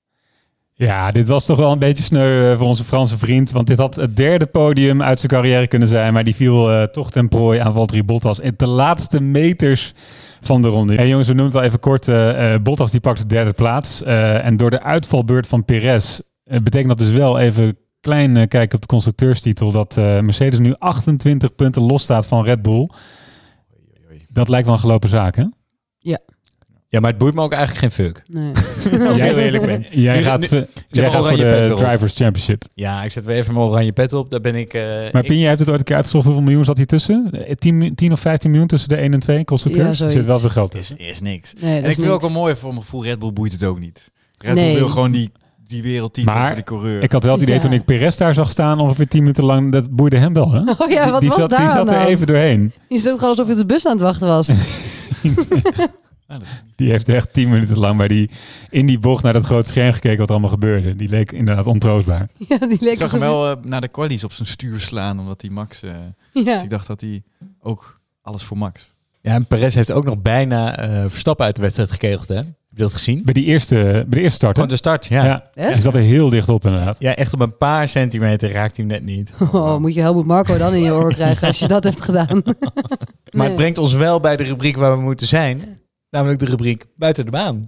Ja, dit was toch wel een beetje sneu voor onze Franse vriend. Want dit had het derde podium uit zijn carrière kunnen zijn. Maar die viel uh, toch ten prooi aan Valtteri Bottas in de laatste meters van de ronde. Hey, jongens, we noemen het al even kort. Uh, Bottas die pakt de derde plaats. Uh, en door de uitvalbeurt van Perez uh, betekent dat dus wel even klein uh, kijken op de constructeurstitel. Dat uh, Mercedes nu achtentwintig punten losstaat van Red Bull. Dat lijkt wel een gelopen zaak, hè? Ja. Ja, maar het boeit me ook eigenlijk geen fuck. Nee. Als ik heel eerlijk ben. Jij Nu- gaat, nu- uh, jij gaat voor de Drivers Championship. Ja, ik zet weer even mijn oranje pet op. Daar ben ik... Uh, Maar ik- Pien, jij hebt het ooit een keer uitgezocht. Hoeveel miljoen zat hier tussen? tien of vijftien miljoen tussen de één en twee constructeurs? Ja, er zoiets. zit wel veel geld Is, tussen. is niks. Nee, dat En ik is vind ook niks. wel mooi, voor mijn gevoel Red Bull boeit het ook niet. Red Nee. Bull wil gewoon die, die wereldtitel Maar voor de coureur. Ik had wel het idee Ja. toen ik Perez daar zag staan ongeveer tien minuten lang. Dat boeide hem wel, hè? Oh ja, wat die was zat, daar Die aan zat de er hand? even doorheen. Je stond gewoon alsof je op de bus aan het wachten was. Ah, dat- Die heeft echt tien minuten lang bij die, in die bocht naar dat grote scherm gekeken wat er allemaal gebeurde. Die leek inderdaad ontroostbaar. Ja, die Ik leek zag hem alsof wel uh, naar de qualies op zijn stuur slaan, omdat hij Max... Uh, je- Dus Ja. ik dacht dat hij ook alles voor Max. Ja, en Perez heeft ook nog bijna uh, Verstappen uit de wedstrijd gekegeld, hè? Heb je dat gezien? Bij die eerste, bij de eerste start, hè? Gewoon de start, ja. Ja, Ja. Echt? die zat er heel dicht op inderdaad. echt op een paar centimeter raakt hij hem net niet. Oh, moet je Helmut Marko dan in je oor krijgen als je dat hebt gedaan. Maar Nee. het brengt ons wel bij de rubriek waar we moeten zijn. Namelijk de rubriek Buiten de Baan.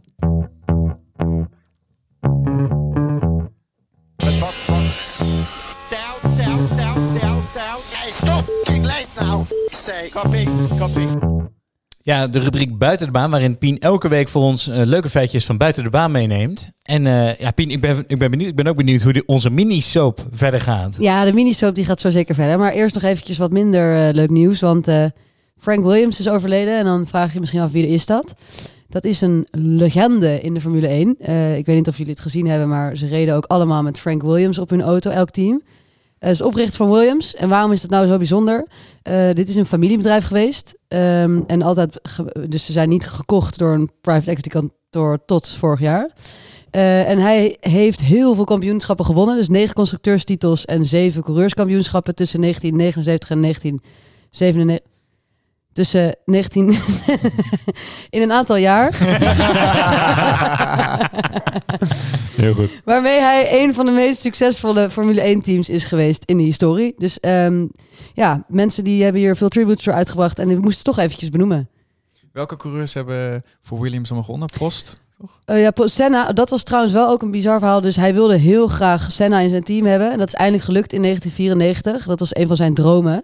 Down, down, down, down, down. Hey, stop! Fucking late now. Say, copy, copy. Ja, de rubriek Buiten de Baan, waarin Pien elke week voor ons uh, leuke feitjes van buiten de baan meeneemt. En uh, ja, Pien, ik ben, ik ben benieuwd. Ik ben ook benieuwd hoe die, onze mini-soap verder gaat. Ja, de mini-soap die gaat zo zeker verder. Maar eerst nog eventjes wat minder uh, leuk nieuws. Want uh, Frank Williams is overleden. En dan vraag je misschien af wie er is dat. Dat is een legende in de Formule één. Uh, ik weet niet of jullie het gezien hebben, maar ze reden ook allemaal met Frank Williams op hun auto, elk team. Het is oprichter van Williams. En waarom is dat nou zo bijzonder? Uh, dit is een familiebedrijf geweest. Um, en altijd ge- dus ze zijn niet gekocht door een private equity kantoor tot vorig jaar. Uh, en hij heeft heel veel kampioenschappen gewonnen. Dus negen constructeurstitels en zeven coureurskampioenschappen tussen negentien negenenzeventig en negentien zevenennegentig. Tussen negentien in een aantal jaar. Heel goed. Waarmee hij een van de meest succesvolle Formule één teams is geweest in de historie. Dus um, ja, mensen die hebben hier veel tributes voor uitgebracht en die moesten toch eventjes benoemen. Welke coureurs hebben voor Williams allemaal gewonnen? Prost? Toch? Uh, ja, Senna, dat was trouwens wel ook een bizar verhaal. Dus hij wilde heel graag Senna in zijn team hebben. En dat is eindelijk gelukt in negentien vierennegentig. Dat was een van zijn dromen.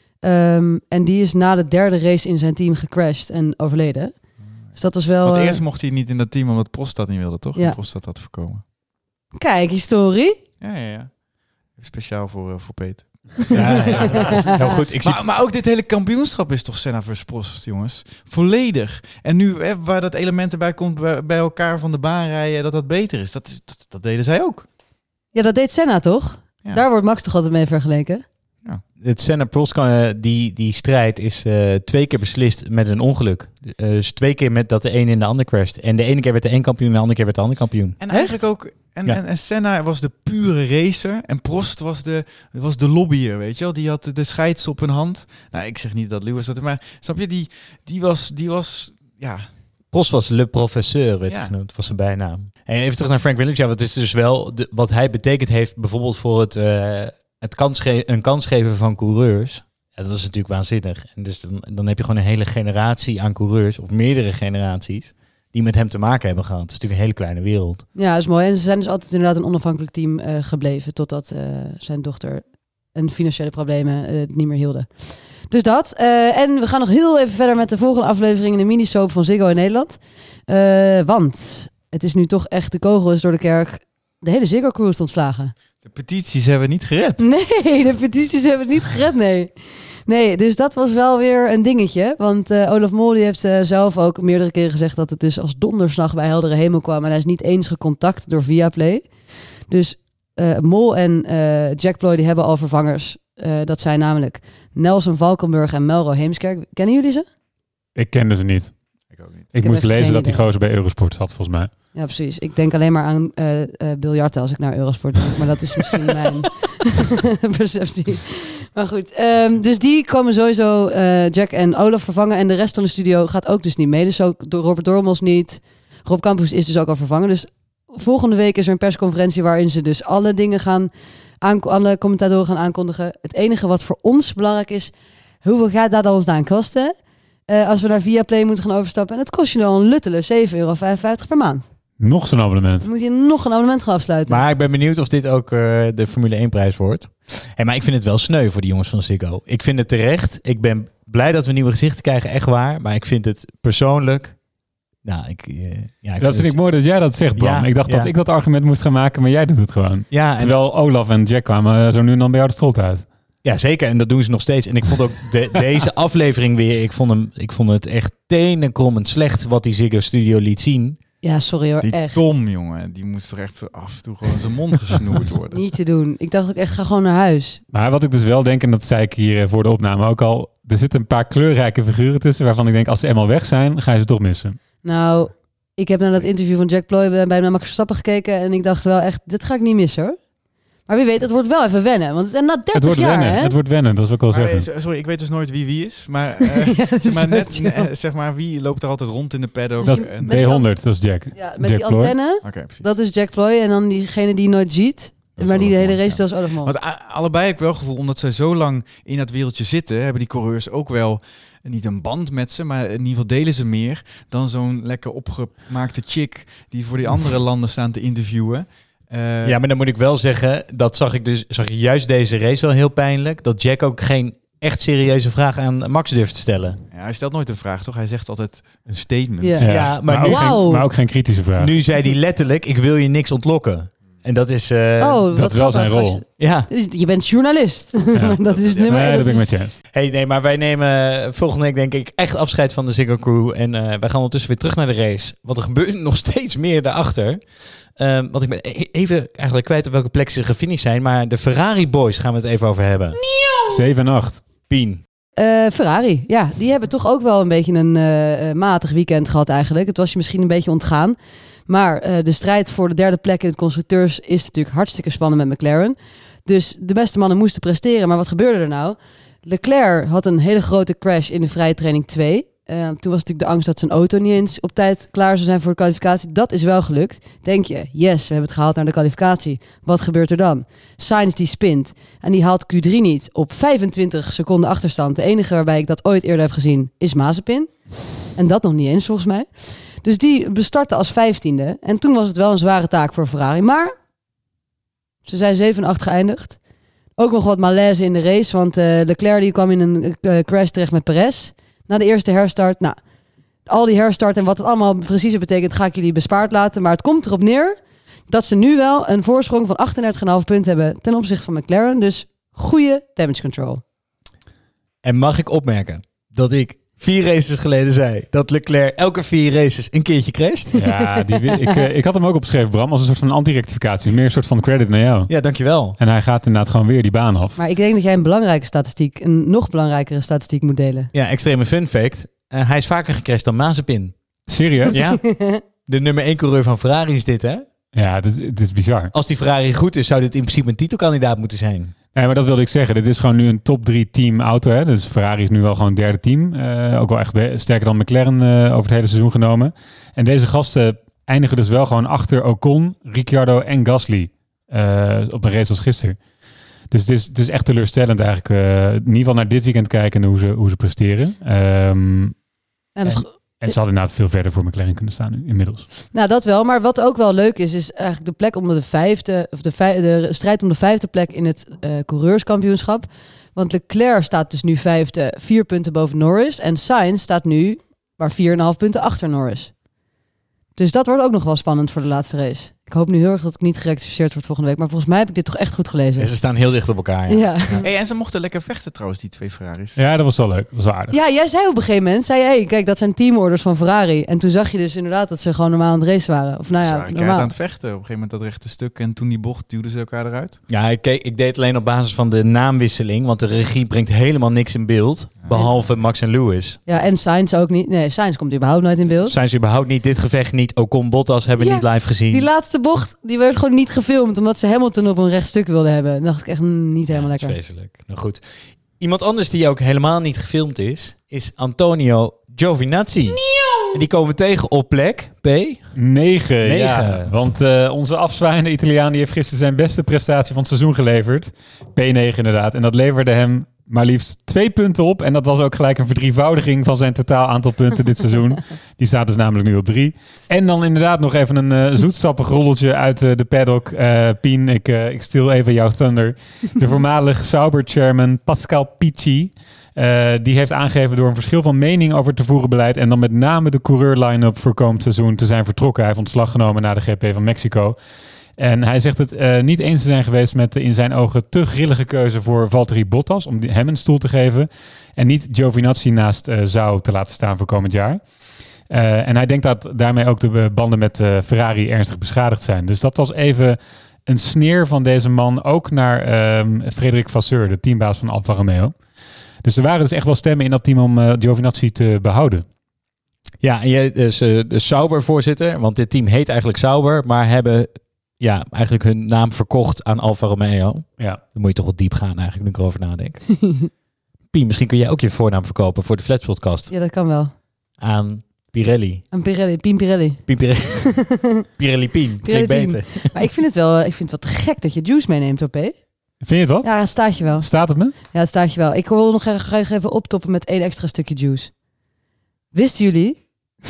Um, en die is na de derde race in zijn team gecrashed en overleden. Dus dat was wel... Want uh, eerst mocht hij niet in dat team, omdat Prost dat niet wilde, toch? Ja. En Prost dat had voorkomen. Kijk, historie. Ja, ja, ja. Speciaal voor, uh, voor Peter. Ja, ja, heel goed. Ik maar, zit... maar ook dit hele kampioenschap is toch Senna versus Prost, jongens. Volledig. En nu hè, waar dat element erbij komt bij, bij elkaar van de baan rijden, dat dat beter is. Dat, is dat, dat deden zij ook. Ja, dat deed Senna toch? Ja. Daar wordt Max toch altijd mee vergeleken? Ja. Het Senna-Prost, die, die strijd is uh, twee keer beslist met een ongeluk. Uh, dus twee keer met dat de een in de ander crasht. En de ene keer werd de een kampioen en de andere keer werd de ander kampioen. En eigenlijk ook... En, ja. en, en Senna was de pure racer. En Prost was de, was de lobbyer, weet je wel. Die had de scheids op een hand. Nou, ik zeg niet dat Lewis dat... Maar snap je, die, die was... Die was ja... Prost was le professeur, werd ja. genoemd. Was zijn bijnaam. En even terug naar Frank Williams. Ja, wat is dus wel... De, wat hij betekend heeft bijvoorbeeld voor het... Uh, het kans ge- een kans geven van coureurs. Ja, dat is natuurlijk waanzinnig. En dus dan, dan heb je gewoon een hele generatie aan coureurs. Of meerdere generaties. Die met hem te maken hebben gehad. Het is natuurlijk een hele kleine wereld. Ja, dat is mooi. En ze zijn dus altijd inderdaad een onafhankelijk team uh, gebleven. Totdat uh, zijn dochter en financiële problemen uh, niet meer hielden. Dus dat. Uh, en we gaan nog heel even verder met de volgende aflevering in de minisoap van Ziggo in Nederland. Uh, want het is nu toch echt de kogel is door de kerk. De hele Ziggo crew is ontslagen. De petities hebben niet gered. Nee, de petities hebben het niet gered, nee. Nee, dus dat was wel weer een dingetje. Want uh, Olaf Mol die heeft uh, zelf ook meerdere keren gezegd dat het dus als donderslag bij heldere hemel kwam. En hij is niet eens gecontact door Viaplay. Dus uh, Mol en uh, Jack Ploy die hebben al vervangers. Uh, dat zijn namelijk Nelson Valkenburg en Melro Heemskerk. Kennen jullie ze? Ik kende ze niet. Ik ook niet. Ik, ik moest lezen dat die gozer bij Eurosport zat, volgens mij. Ja, precies. Ik denk alleen maar aan uh, uh, biljarten als ik naar Eurosport denk. Maar dat is misschien mijn perceptie. Maar goed, um, dus die komen sowieso uh, Jack en Olaf vervangen. En de rest van de studio gaat ook dus niet mee. Dus ook Robert Dormels niet. Rob Campus is dus ook al vervangen. Dus volgende week is er een persconferentie waarin ze dus alle dingen gaan... Aank- alle commentatoren gaan aankondigen. Het enige wat voor ons belangrijk is... hoeveel gaat dat ons dan kosten? Uh, als we naar Viaplay moeten gaan overstappen. En dat kost je nou een luttele zeven euro vijfenvijftig per maand. Nog zo'n abonnement. Dan moet je nog een abonnement gaan afsluiten. Maar ik ben benieuwd of dit ook uh, de Formule één prijs wordt. Hey, maar ik vind het wel sneu voor die jongens van Ziggo. Ik vind het terecht. Ik ben blij dat we nieuwe gezichten krijgen, echt waar. Maar ik vind het persoonlijk... Nou, ik, uh, ja, ik dat vind het... ik mooi dat jij dat zegt, Bram. Ja, ik dacht ja. dat ik dat argument moest gaan maken, maar jij doet het gewoon. Ja, en... Terwijl Olaf en Jack kwamen zo nu en dan bij jou de strot uit. Ja, zeker. En dat doen ze nog steeds. En ik vond ook de, deze aflevering weer... Ik vond, hem, ik vond het echt tenenkrommend slecht wat die Ziggo Studio liet zien. Ja, sorry hoor, die echt. Tom, jongen, die moest toch echt af en toe gewoon zijn mond gesnoerd worden. Niet te doen. Ik dacht ook echt, ga gewoon naar huis. Maar wat ik dus wel denk, en dat zei ik hier voor de opname ook al... Er zitten een paar kleurrijke figuren tussen... waarvan ik denk, als ze eenmaal weg zijn, ga je ze toch missen. Nou, ik heb naar dat interview van Jack Ploy bij Max Verstappen gekeken... en ik dacht wel echt, dit ga ik niet missen hoor. Maar wie weet, het wordt wel even wennen. Want na dertig het wordt jaar, wennen, hè? Het wordt wennen, dat is wat ik al zeggen. Sorry, ik weet dus nooit wie wie is. Maar, uh, ja, zeg, maar net, uh, zeg maar, wie loopt er altijd rond in de paddock? Dat en... B honderd, dat is Jack. Ja, met Jack die Ploy. antenne, okay, dat is Jack Ploy. En dan diegene die je nooit ziet, maar die de hele race, ja. Dat is Olaf Mol. Want uh, allebei heb ik wel het gevoel, omdat zij zo lang in dat wereldje zitten... hebben die coureurs ook wel... niet een band met ze, maar in ieder geval delen ze meer... dan zo'n lekker opgemaakte chick... die voor die andere landen staan te interviewen... Uh, ja, maar dan moet ik wel zeggen, dat zag ik dus zag ik juist deze race wel heel pijnlijk, dat Jack ook geen echt serieuze vraag aan Max durft te stellen. Ja, hij stelt nooit een vraag, toch? Hij zegt altijd een statement. Ja, ja, ja maar, maar, nu, ook geen, maar ook geen kritische vraag. Nu zei hij letterlijk, ik wil je niks ontlokken. En dat is... Uh, oh, dat is wel zijn rol. Je, ja. Je bent journalist. Ja. dat is nummer Nee, dat, dat ben ik is... met je eens. Hey, nee, maar wij nemen volgende week denk ik echt afscheid van de Ziggo Crew. En uh, wij gaan ondertussen weer terug naar de race. Want er gebeurt nog steeds meer daarachter. Um, want ik ben even eigenlijk kwijt op welke plek ze gefinished zijn. Maar de Ferrari boys gaan we het even over hebben. zeven en acht. Pien. Uh, Ferrari, ja. Die hebben toch ook wel een beetje een uh, matig weekend gehad eigenlijk. Het was je misschien een beetje ontgaan. Maar uh, de strijd voor de derde plek in het constructeurs is natuurlijk hartstikke spannend met McLaren. Dus de beste mannen moesten presteren. Maar wat gebeurde er nou? Leclerc had een hele grote crash in de vrije training twee. Uh, toen was natuurlijk de angst dat zijn auto niet eens op tijd klaar zou zijn voor de kwalificatie. Dat is wel gelukt. Denk je, yes, we hebben het gehaald naar de kwalificatie. Wat gebeurt er dan? Sainz die spint en die haalt Q drie niet op vijfentwintig seconden achterstand. De enige waarbij ik dat ooit eerder heb gezien is Mazepin. En dat nog niet eens volgens mij. Dus die bestartte als vijftiende. En toen was het wel een zware taak voor Ferrari. Maar ze zijn zeven acht geëindigd. Ook nog wat malaise in de race. Want uh, Leclerc die kwam in een uh, crash terecht met Perez. Na de eerste herstart. Nou, al die herstart en wat het allemaal precies betekent, ga ik jullie bespaard laten. Maar het komt erop neer dat ze nu wel een voorsprong van achtendertig komma vijf punten hebben ten opzichte van McLaren. Dus goede damage control. En mag ik opmerken dat ik vier races geleden zei dat Leclerc elke vier races een keertje crasht? Ja, die, ik, uh, ik had hem ook opgeschreven, Bram, als een soort van anti-rectificatie. Meer een soort van credit naar jou. Ja, dankjewel. En hij gaat inderdaad gewoon weer die baan af. Maar ik denk dat jij een belangrijke statistiek, een nog belangrijkere statistiek moet delen. Ja, extreme fun fact. Uh, hij is vaker gecrashed dan Mazepin. Serieus? Ja. De nummer één coureur van Ferrari is dit, hè? Ja, het is, het is bizar. Als die Ferrari goed is, zou dit in principe een titelkandidaat moeten zijn. Nee, maar dat wilde ik zeggen. Dit is gewoon nu een top drie team auto. Hè? Dus Ferrari is nu wel gewoon derde team. Uh, ook wel echt be- sterker dan McLaren uh, over het hele seizoen genomen. En deze gasten eindigen dus wel gewoon achter Ocon, Ricciardo en Gasly. Uh, op een race als gisteren. Dus het is, het is echt teleurstellend eigenlijk. Uh, in ieder geval naar dit weekend kijken hoe ze, hoe ze presteren. Um, Ja, dat is... en, en ze hadden inderdaad veel verder voor McLaren kunnen staan nu inmiddels. Nou, dat wel. Maar wat ook wel leuk is, is eigenlijk de plek om de vijfde, of de, vij, de strijd om de vijfde plek in het uh, coureurskampioenschap. Want Leclerc staat dus nu vijfde, vier punten boven Norris. En Sainz staat nu maar vier en een half punten achter Norris. Dus dat wordt ook nog wel spannend voor de laatste race. Ik hoop nu heel erg dat ik niet gerectificeerd word volgende week. Maar volgens mij heb ik dit toch echt goed gelezen. Ja, ze staan heel dicht op elkaar. Ja. Ja. Hey, en ze mochten lekker vechten trouwens, die twee Ferraris. Ja, dat was wel leuk. Dat was wel aardig. Ja, jij zei op een gegeven moment, zei je, hey, kijk, dat zijn teamorders van Ferrari. En toen zag je dus inderdaad dat ze gewoon normaal aan het racen waren. Of nou ja, Sorry, normaal. aan het vechten. Op een gegeven moment dat rechte stuk. En toen die bocht duwden ze elkaar eruit. Ja, ik, keek, ik deed het alleen op basis van de naamwisseling. Want de regie brengt helemaal niks in beeld. Behalve Max en Lewis. Ja, en Sainz ook niet. Nee, Sainz komt überhaupt nooit in beeld. Zijn ze überhaupt niet dit gevecht niet? Ocon Bottas hebben we Ja, niet live gezien. Die laatste bocht, die werd gewoon niet gefilmd. Omdat ze Hamilton op een recht stuk wilden hebben. Dan dacht ik echt mm, niet helemaal Ja, dat lekker. is vreselijk. Nou goed. Iemand anders die ook helemaal niet gefilmd is, is Antonio Giovinazzi. En die komen we tegen op plek P. Negen, Negen. ja. Want uh, onze afzwaaiende Italiaan die heeft gisteren zijn beste prestatie van het seizoen geleverd. P negen inderdaad. En dat leverde hem maar liefst twee punten op. En dat was ook gelijk een verdrievoudiging van zijn totaal aantal punten dit seizoen. Die staat dus namelijk nu op drie. En dan inderdaad nog even een uh, zoetsappig roddeltje uit uh, de paddock. Uh, Pien, ik, uh, ik stil even jouw thunder. De voormalig Sauber-chairman Pascal Pichi. Uh, die heeft aangegeven door een verschil van mening over het te voeren beleid en dan met name de coureur-line-up voor komend seizoen te zijn vertrokken. Hij heeft ontslag genomen na de G P van Mexico. En hij zegt het uh, niet eens te zijn geweest met de in zijn ogen te grillige keuze voor Valtteri Bottas om hem een stoel te geven. En niet Giovinazzi naast uh, Zhou te laten staan voor komend jaar. Uh, en hij denkt dat daarmee ook de banden met uh, Ferrari ernstig beschadigd zijn. Dus dat was even een sneer van deze man ook naar um, Frederik Vasseur, de teambaas van Alfa Romeo. Dus er waren dus echt wel stemmen in dat team om uh, Giovinazzi te behouden. Ja, en jij is uh, de Sauber-voorzitter, want dit team heet eigenlijk Sauber, maar hebben ja, eigenlijk hun naam verkocht aan Alfa Romeo. Ja. Dan moet je toch wel diep gaan eigenlijk, nu ik erover nadenk. Pien, misschien kun jij ook je voornaam verkopen voor de Flats podcast. Ja, dat kan wel. Aan Pirelli. Aan Pirelli, Pien Pirelli. Pien Pirelli. Pirelli Pien, klinkt beter. Maar ik vind het wel, ik vind het wat te gek dat je juice meeneemt, op, hè? Vind je het wat? Ja, het staat je wel. Staat het me? Ja, het staat je wel. Ik wil nog graag even optoppen met één extra stukje juice. Wisten jullie?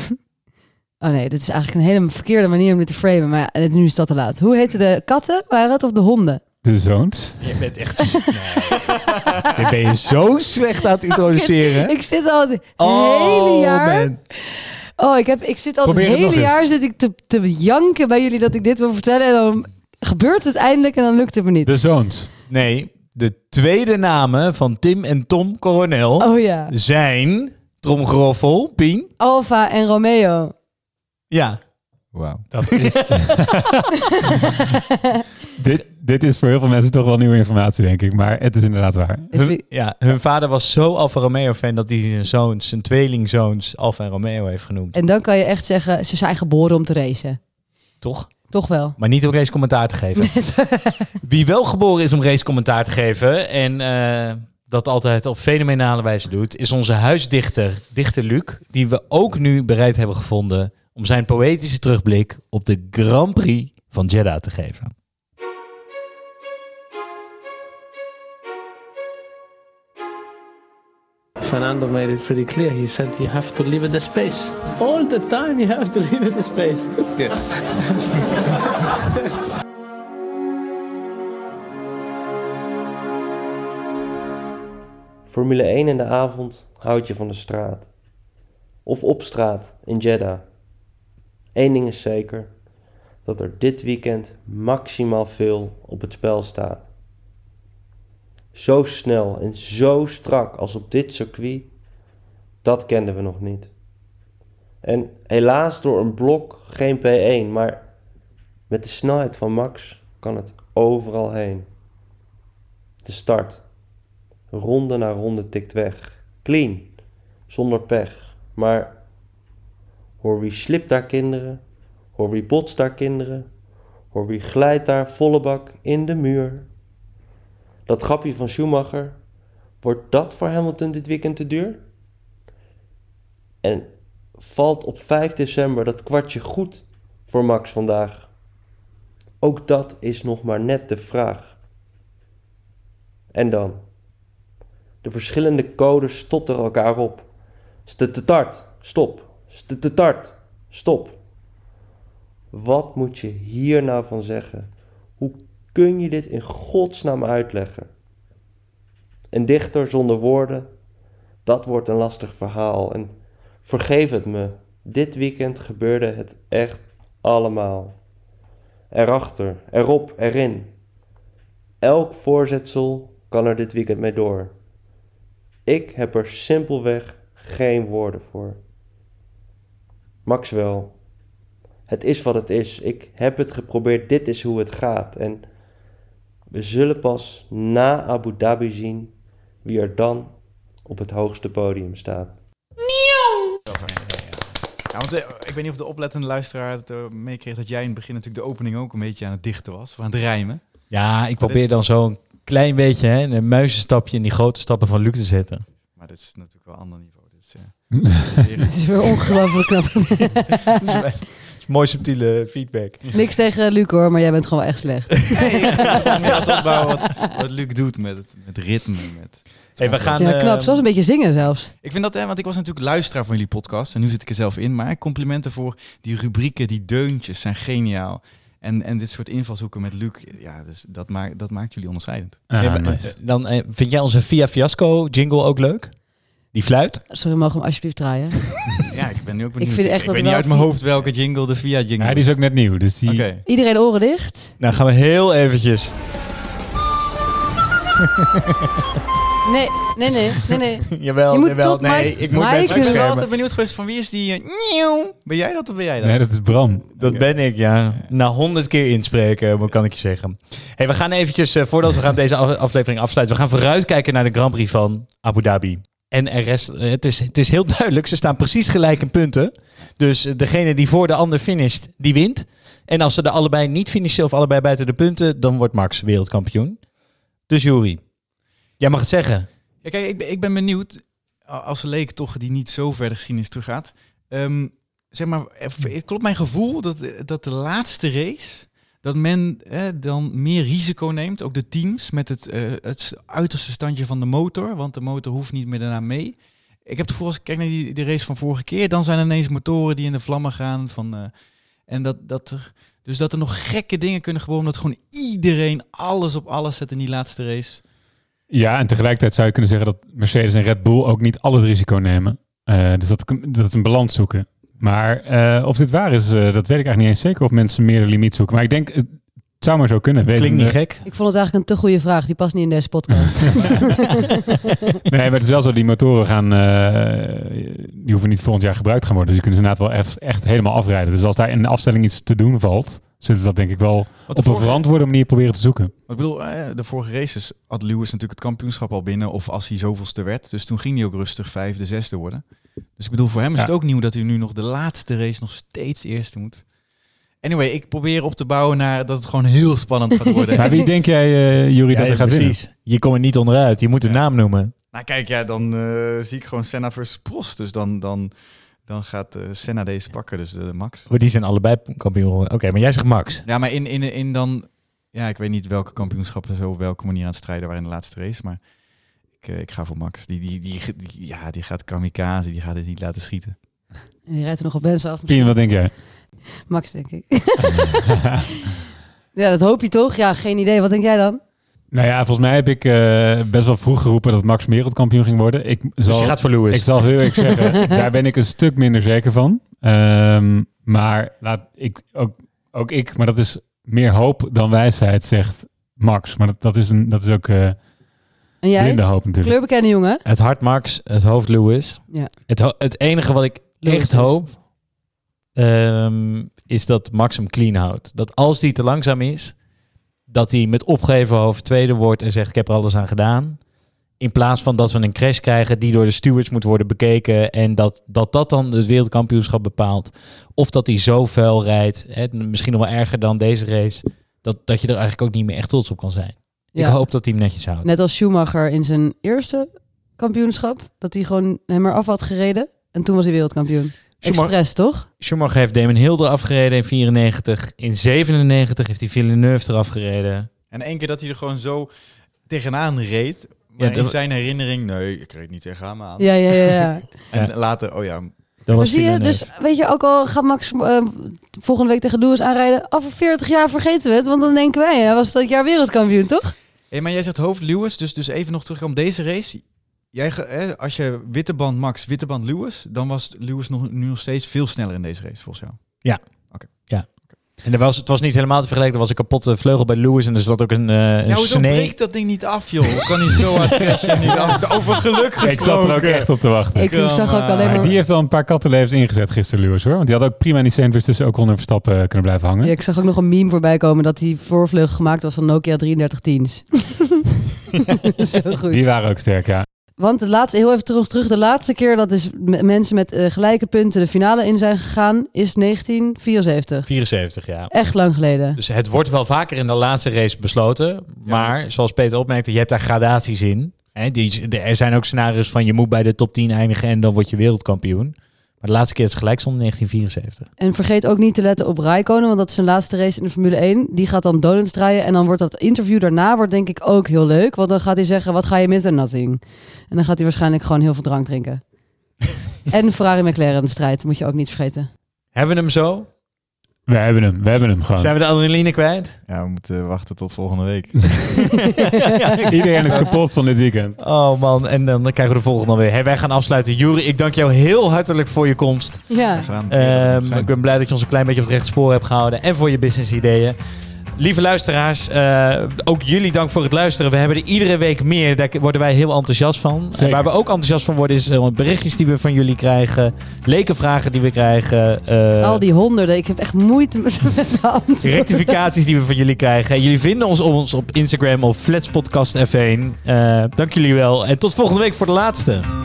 Oh nee, dit is eigenlijk een hele verkeerde manier om dit te framen. Maar ja, nu is dat te laat. Hoe heten de katten? Waren het of de honden? De zoons. Je bent echt... Nee. Dit ben je zo slecht aan het introduceren. Ik zit al het oh, hele jaar... Man. Oh, ik, heb, ik zit al Probeer het het hele nog jaar eens. zit ik te, te janken bij jullie dat ik dit wil vertellen. En dan gebeurt het eindelijk en dan lukt het me niet. De zoons. Nee, de tweede namen van Tim en Tom Coronel Oh ja. zijn... Tromgeroffel, Pien. Alfa en Romeo. Ja. Wauw. Dat is... dit, dit is voor heel veel mensen toch wel nieuwe informatie, denk ik. Maar het is inderdaad waar. Hun, ja, hun vader was zo Alfa Romeo-fan dat hij zijn zoons, zijn tweelingzoons, Alfa en Romeo heeft genoemd. En dan kan je echt zeggen, ze zijn geboren om te racen. Toch? Toch wel. Maar niet om racecommentaar te geven. Wie wel geboren is om racecommentaar te geven, en uh, dat altijd op fenomenale wijze doet, is onze huisdichter, dichter Luc, die we ook nu bereid hebben gevonden om zijn poëtische terugblik op de Grand Prix van Jeddah te geven. Fernando made it pretty clear. He said you have to leave it the space. All the time you have to leave it the space. Yes. Formule één in de avond houdt je van de straat. Of op straat in Jeddah. Eén ding is zeker. Dat er dit weekend maximaal veel op het spel staat. Zo snel en zo strak als op dit circuit, dat kenden we nog niet. En helaas door een blok geen P één, maar met de snelheid van Max kan het overal heen. De start. Ronde na ronde tikt weg. Clean. Zonder pech. Maar hoor wie slipt daar kinderen? Hoor wie botst daar kinderen? Hoor wie glijdt daar volle bak in de muur? Dat grapje van Schumacher, wordt dat voor Hamilton dit weekend te duur? En valt op vijf december dat kwartje goed voor Max vandaag? Ook dat is nog maar net de vraag. En dan? De verschillende codes stotteren elkaar op. Stettetart, stop. Stettetart, stop. Wat moet je hier nou van zeggen? Hoe kun je dit in godsnaam uitleggen? Een dichter zonder woorden, dat wordt een lastig verhaal. En vergeef het me, dit weekend gebeurde het echt allemaal. Erachter, erop, erin. Elk voorzetsel kan er dit weekend mee door. Ik heb er simpelweg geen woorden voor. Max wel. Het is wat het is. Ik heb het geprobeerd. Dit is hoe het gaat. En we zullen pas na Abu Dhabi zien wie er dan op het hoogste podium staat. Ja, want, uh, ik weet niet of de oplettende luisteraar het uh, meekreeg dat jij in het begin natuurlijk de opening ook een beetje aan het dichten was. Of aan het rijmen. Ja, ik probeer dan zo'n klein beetje hè, een muizenstapje in die grote stappen van Luc te zetten. Maar dit is natuurlijk wel een ander niveau. Dit is, uh, Het is weer ongelooflijk knap. Dat is mooi subtiele feedback. Niks tegen Luc hoor, maar jij bent gewoon echt slecht. Ja, wat, wat Luc doet met, het, met ritme. Met, hey, we gaan, ja, knap. Uh, Zelfs een beetje zingen zelfs. Ik vind dat, hè, want ik was natuurlijk luisteraar van jullie podcast. En nu zit ik er zelf in. Maar complimenten voor die rubrieken, die deuntjes zijn geniaal. En, en dit soort invalshoeken met Luc, ja, dus dat, maakt, dat maakt jullie onderscheidend. Ah, ja, nice. Dan uh, vind jij onze Via Fiasco jingle ook leuk? Die fluit? Sorry, mogen we hem alsjeblieft draaien? Ja, ik ben nu ook benieuwd. Ik, vind echt ik dat weet niet uit mijn hoofd welke jingle de Via jingle. Ja, die is ook net nieuw. Dus die... Okay. Iedereen oren dicht. Nou gaan we heel eventjes. Nee, nee, nee, nee, nee. Jawel, je moet jawel. Nee, Mike, ik moet Mike, mensen Ik ben wel schermen. altijd benieuwd geweest van wie is die... Uh, nieuw? Ben jij dat of ben jij dat? Nee, dat is Bram. Dat okay. ben ik, ja. Na honderd keer inspreken, kan ik je zeggen. Hey, we gaan eventjes, uh, voordat we gaan deze aflevering afsluiten, we gaan vooruitkijken naar de Grand Prix van Abu Dhabi. En er rest, het, is, het is heel duidelijk, ze staan precies gelijk in punten. Dus degene die voor de ander finisht, die wint. En als ze er allebei niet finishen of allebei buiten de punten, dan wordt Max wereldkampioen. Dus Juri, jij mag het zeggen. Ja, kijk, ik ben, ik ben benieuwd, als een leek toch die niet zo ver de geschiedenis teruggaat. Um, zeg maar, klopt mijn gevoel dat, dat de laatste race, dat men eh, dan meer risico neemt, ook de teams, met het, uh, het uiterste standje van de motor, want de motor hoeft niet meer daarna mee. Ik heb het gevoel, als ik kijk naar die, die race van vorige keer, dan zijn er ineens motoren die in de vlammen gaan. Van, uh, en dat, dat er, dus dat er nog gekke dingen kunnen gebeuren, omdat gewoon iedereen alles op alles zet in die laatste race. Ja, en tegelijkertijd zou je kunnen zeggen dat Mercedes en Red Bull ook niet al het risico nemen. Uh, dus dat, dat is een balans zoeken. Maar uh, of dit waar is, uh, dat weet ik eigenlijk niet eens zeker. Of mensen meer de limiet zoeken. Maar ik denk, het zou maar zo kunnen. Het klinkt niet gek. Ik vond het eigenlijk een te goede vraag. Die past niet in deze podcast. Nee, maar het is wel zo. Die motoren gaan, uh, die hoeven niet volgend jaar gebruikt gaan worden. Dus je kunt ze inderdaad wel echt, echt helemaal afrijden. Dus als daar in de afstelling iets te doen valt, zullen ze dat denk ik wel op een vorige... verantwoorde manier proberen te zoeken. Ik bedoel, de vorige races had Lewis natuurlijk het kampioenschap al binnen, of als hij zoveelste werd. Dus toen ging hij ook rustig vijfde, zesde worden. Dus ik bedoel, voor hem is ja. het ook nieuw dat hij nu nog de laatste race nog steeds eerste moet. Anyway, ik probeer op te bouwen naar dat het gewoon heel spannend gaat worden. Maar wie denk jij, uh, Jury, ja, dat er gaat precies. winnen? Je komt er niet onderuit. Je moet de ja. naam noemen. Nou kijk, ja, dan uh, zie ik gewoon Senna versus Prost. Dus dan, dan, dan gaat uh, Senna deze pakken, dus de, de Max. Maar die zijn allebei kampioen. Oké, okay, maar jij zegt Max. Ja, maar in, in, in dan... Ja, ik weet niet welke kampioenschappen zo op welke manier aan het strijden waren in de laatste race, maar ik, uh, ik ga voor Max. Die, die, die, die, ja, die gaat kamikaze, die gaat het niet laten schieten. En die rijdt er nog op Benz af. Pien, wat denk jij? Max, denk ik. Ja, dat hoop je toch? Ja, geen idee. Wat denk jij dan? Nou ja, volgens mij heb ik uh, best wel vroeg geroepen dat Max wereldkampioen ging worden. Ik dus zal, je gaat voor Lewis? Ik zal heel eerlijk zeggen, daar ben ik een stuk minder zeker van. Um, maar laat ik ook, ook ik, maar dat is meer hoop dan wijsheid, zegt Max. Maar dat, dat, is, een, dat is ook uh, en jij? blinde hoop natuurlijk. Kleurbekende jongen? Het hart Max, het hoofd Lewis. Ja. Het, ho- het enige wat ik Lewis echt is. hoop, um, is dat Max hem clean houdt. Dat als die te langzaam is, dat hij met opgeheven hoofd tweede wordt en zegt ik heb er alles aan gedaan. In plaats van dat we een crash krijgen die door de stewards moet worden bekeken en dat dat, dat dan het wereldkampioenschap bepaalt. Of dat hij zo vuil rijdt, hè, misschien nog wel erger dan deze race, dat, dat je er eigenlijk ook niet meer echt trots op kan zijn. Ja. Ik hoop dat hij hem netjes houdt. Net als Schumacher in zijn eerste kampioenschap, dat hij gewoon hem eraf had gereden en toen was hij wereldkampioen. Express, toch? Schumacher heeft Damon Hill eraf gereden in vierennegentig. In zevenennegentig heeft hij Villeneuve eraf gereden. En één keer dat hij er gewoon zo tegenaan reed. Maar ja, in zijn herinnering, nee, ik reed niet tegenaan me aan. Ja, ja, ja. ja. En ja. later, oh ja. Dat was zie je, dus weet je, ook al gaat Max uh, volgende week tegen Lewis aanrijden, over veertig jaar vergeten we het, want dan denken wij, hij was dat jaar wereldkampioen, toch? Hey, maar jij zegt hoofd Lewis, dus, dus even nog terug om deze race. Jij, hè, als je witte band Max, witte band Lewis, dan was Lewis nog, nu nog steeds veel sneller in deze race, volgens jou. Ja. Oké. Okay. Ja. En er was, het was niet helemaal te vergelijken. Er was een kapotte vleugel bij Lewis en er zat ook een, uh, een ja, hoezo snee. breekt dat ding niet af, joh? Hoe kan hij zo hard crashen? Niet af? Over geluk gesproken. Ik zat er ook echt op te wachten. Ik Kom, zag ook alleen maar... Die heeft wel een paar kattenlevens ingezet gisteren, Lewis, hoor. Want die had ook prima in die sandwich tussen ook onder Verstappen kunnen blijven hangen. Ja, ik zag ook nog een meme voorbij komen dat die voorvleugel gemaakt was van Nokia drieëndertig tien's. Zo goed. Die waren ook sterk, ja. Want het laatste, heel even terug, terug de laatste keer dat is m- mensen met uh, gelijke punten de finale in zijn gegaan, is negentien vierenzeventig. vierenzeventig, ja. Echt lang geleden. Dus het wordt wel vaker in de laatste race besloten. Maar ja. zoals Peter opmerkte, je hebt daar gradaties in. Hè, die, er zijn ook scenario's van je moet bij de top tien eindigen en dan word je wereldkampioen. Maar de laatste keer is gelijk stond negentien vierenzeventig. En vergeet ook niet te letten op Räikkönen, want dat is zijn laatste race in de Formule één. Die gaat dan donuts draaien en dan wordt dat interview daarna wordt denk ik ook heel leuk. Want dan gaat hij zeggen, wat ga je met een nothing? En dan gaat hij waarschijnlijk gewoon heel veel drank drinken. En Ferrari-McLaren strijd, moet je ook niet vergeten. Hebben we hem zo? We hebben hem, we hebben hem gewoon. Zijn we de adrenaline kwijt? Ja, we moeten wachten tot volgende week. Iedereen is kapot van dit weekend. Oh man, en dan krijgen we de volgende alweer. Hey, wij gaan afsluiten. Jury, ik dank jou heel hartelijk voor je komst. Ja. Um, ik ben blij dat je ons een klein beetje op het rechte spoor hebt gehouden. En voor je business ideeën. Lieve luisteraars, uh, ook jullie dank voor het luisteren. We hebben er iedere week meer. Daar worden wij heel enthousiast van. En waar we ook enthousiast van worden is uh, berichtjes die we van jullie krijgen. Lekenvragen die we krijgen. Uh, Al die honderden. Ik heb echt moeite met, met de hand. Rectificaties die we van jullie krijgen. En jullie vinden ons op, ons op Instagram op Fletspodcast F één. Uh, dank jullie wel. En tot volgende week voor de laatste.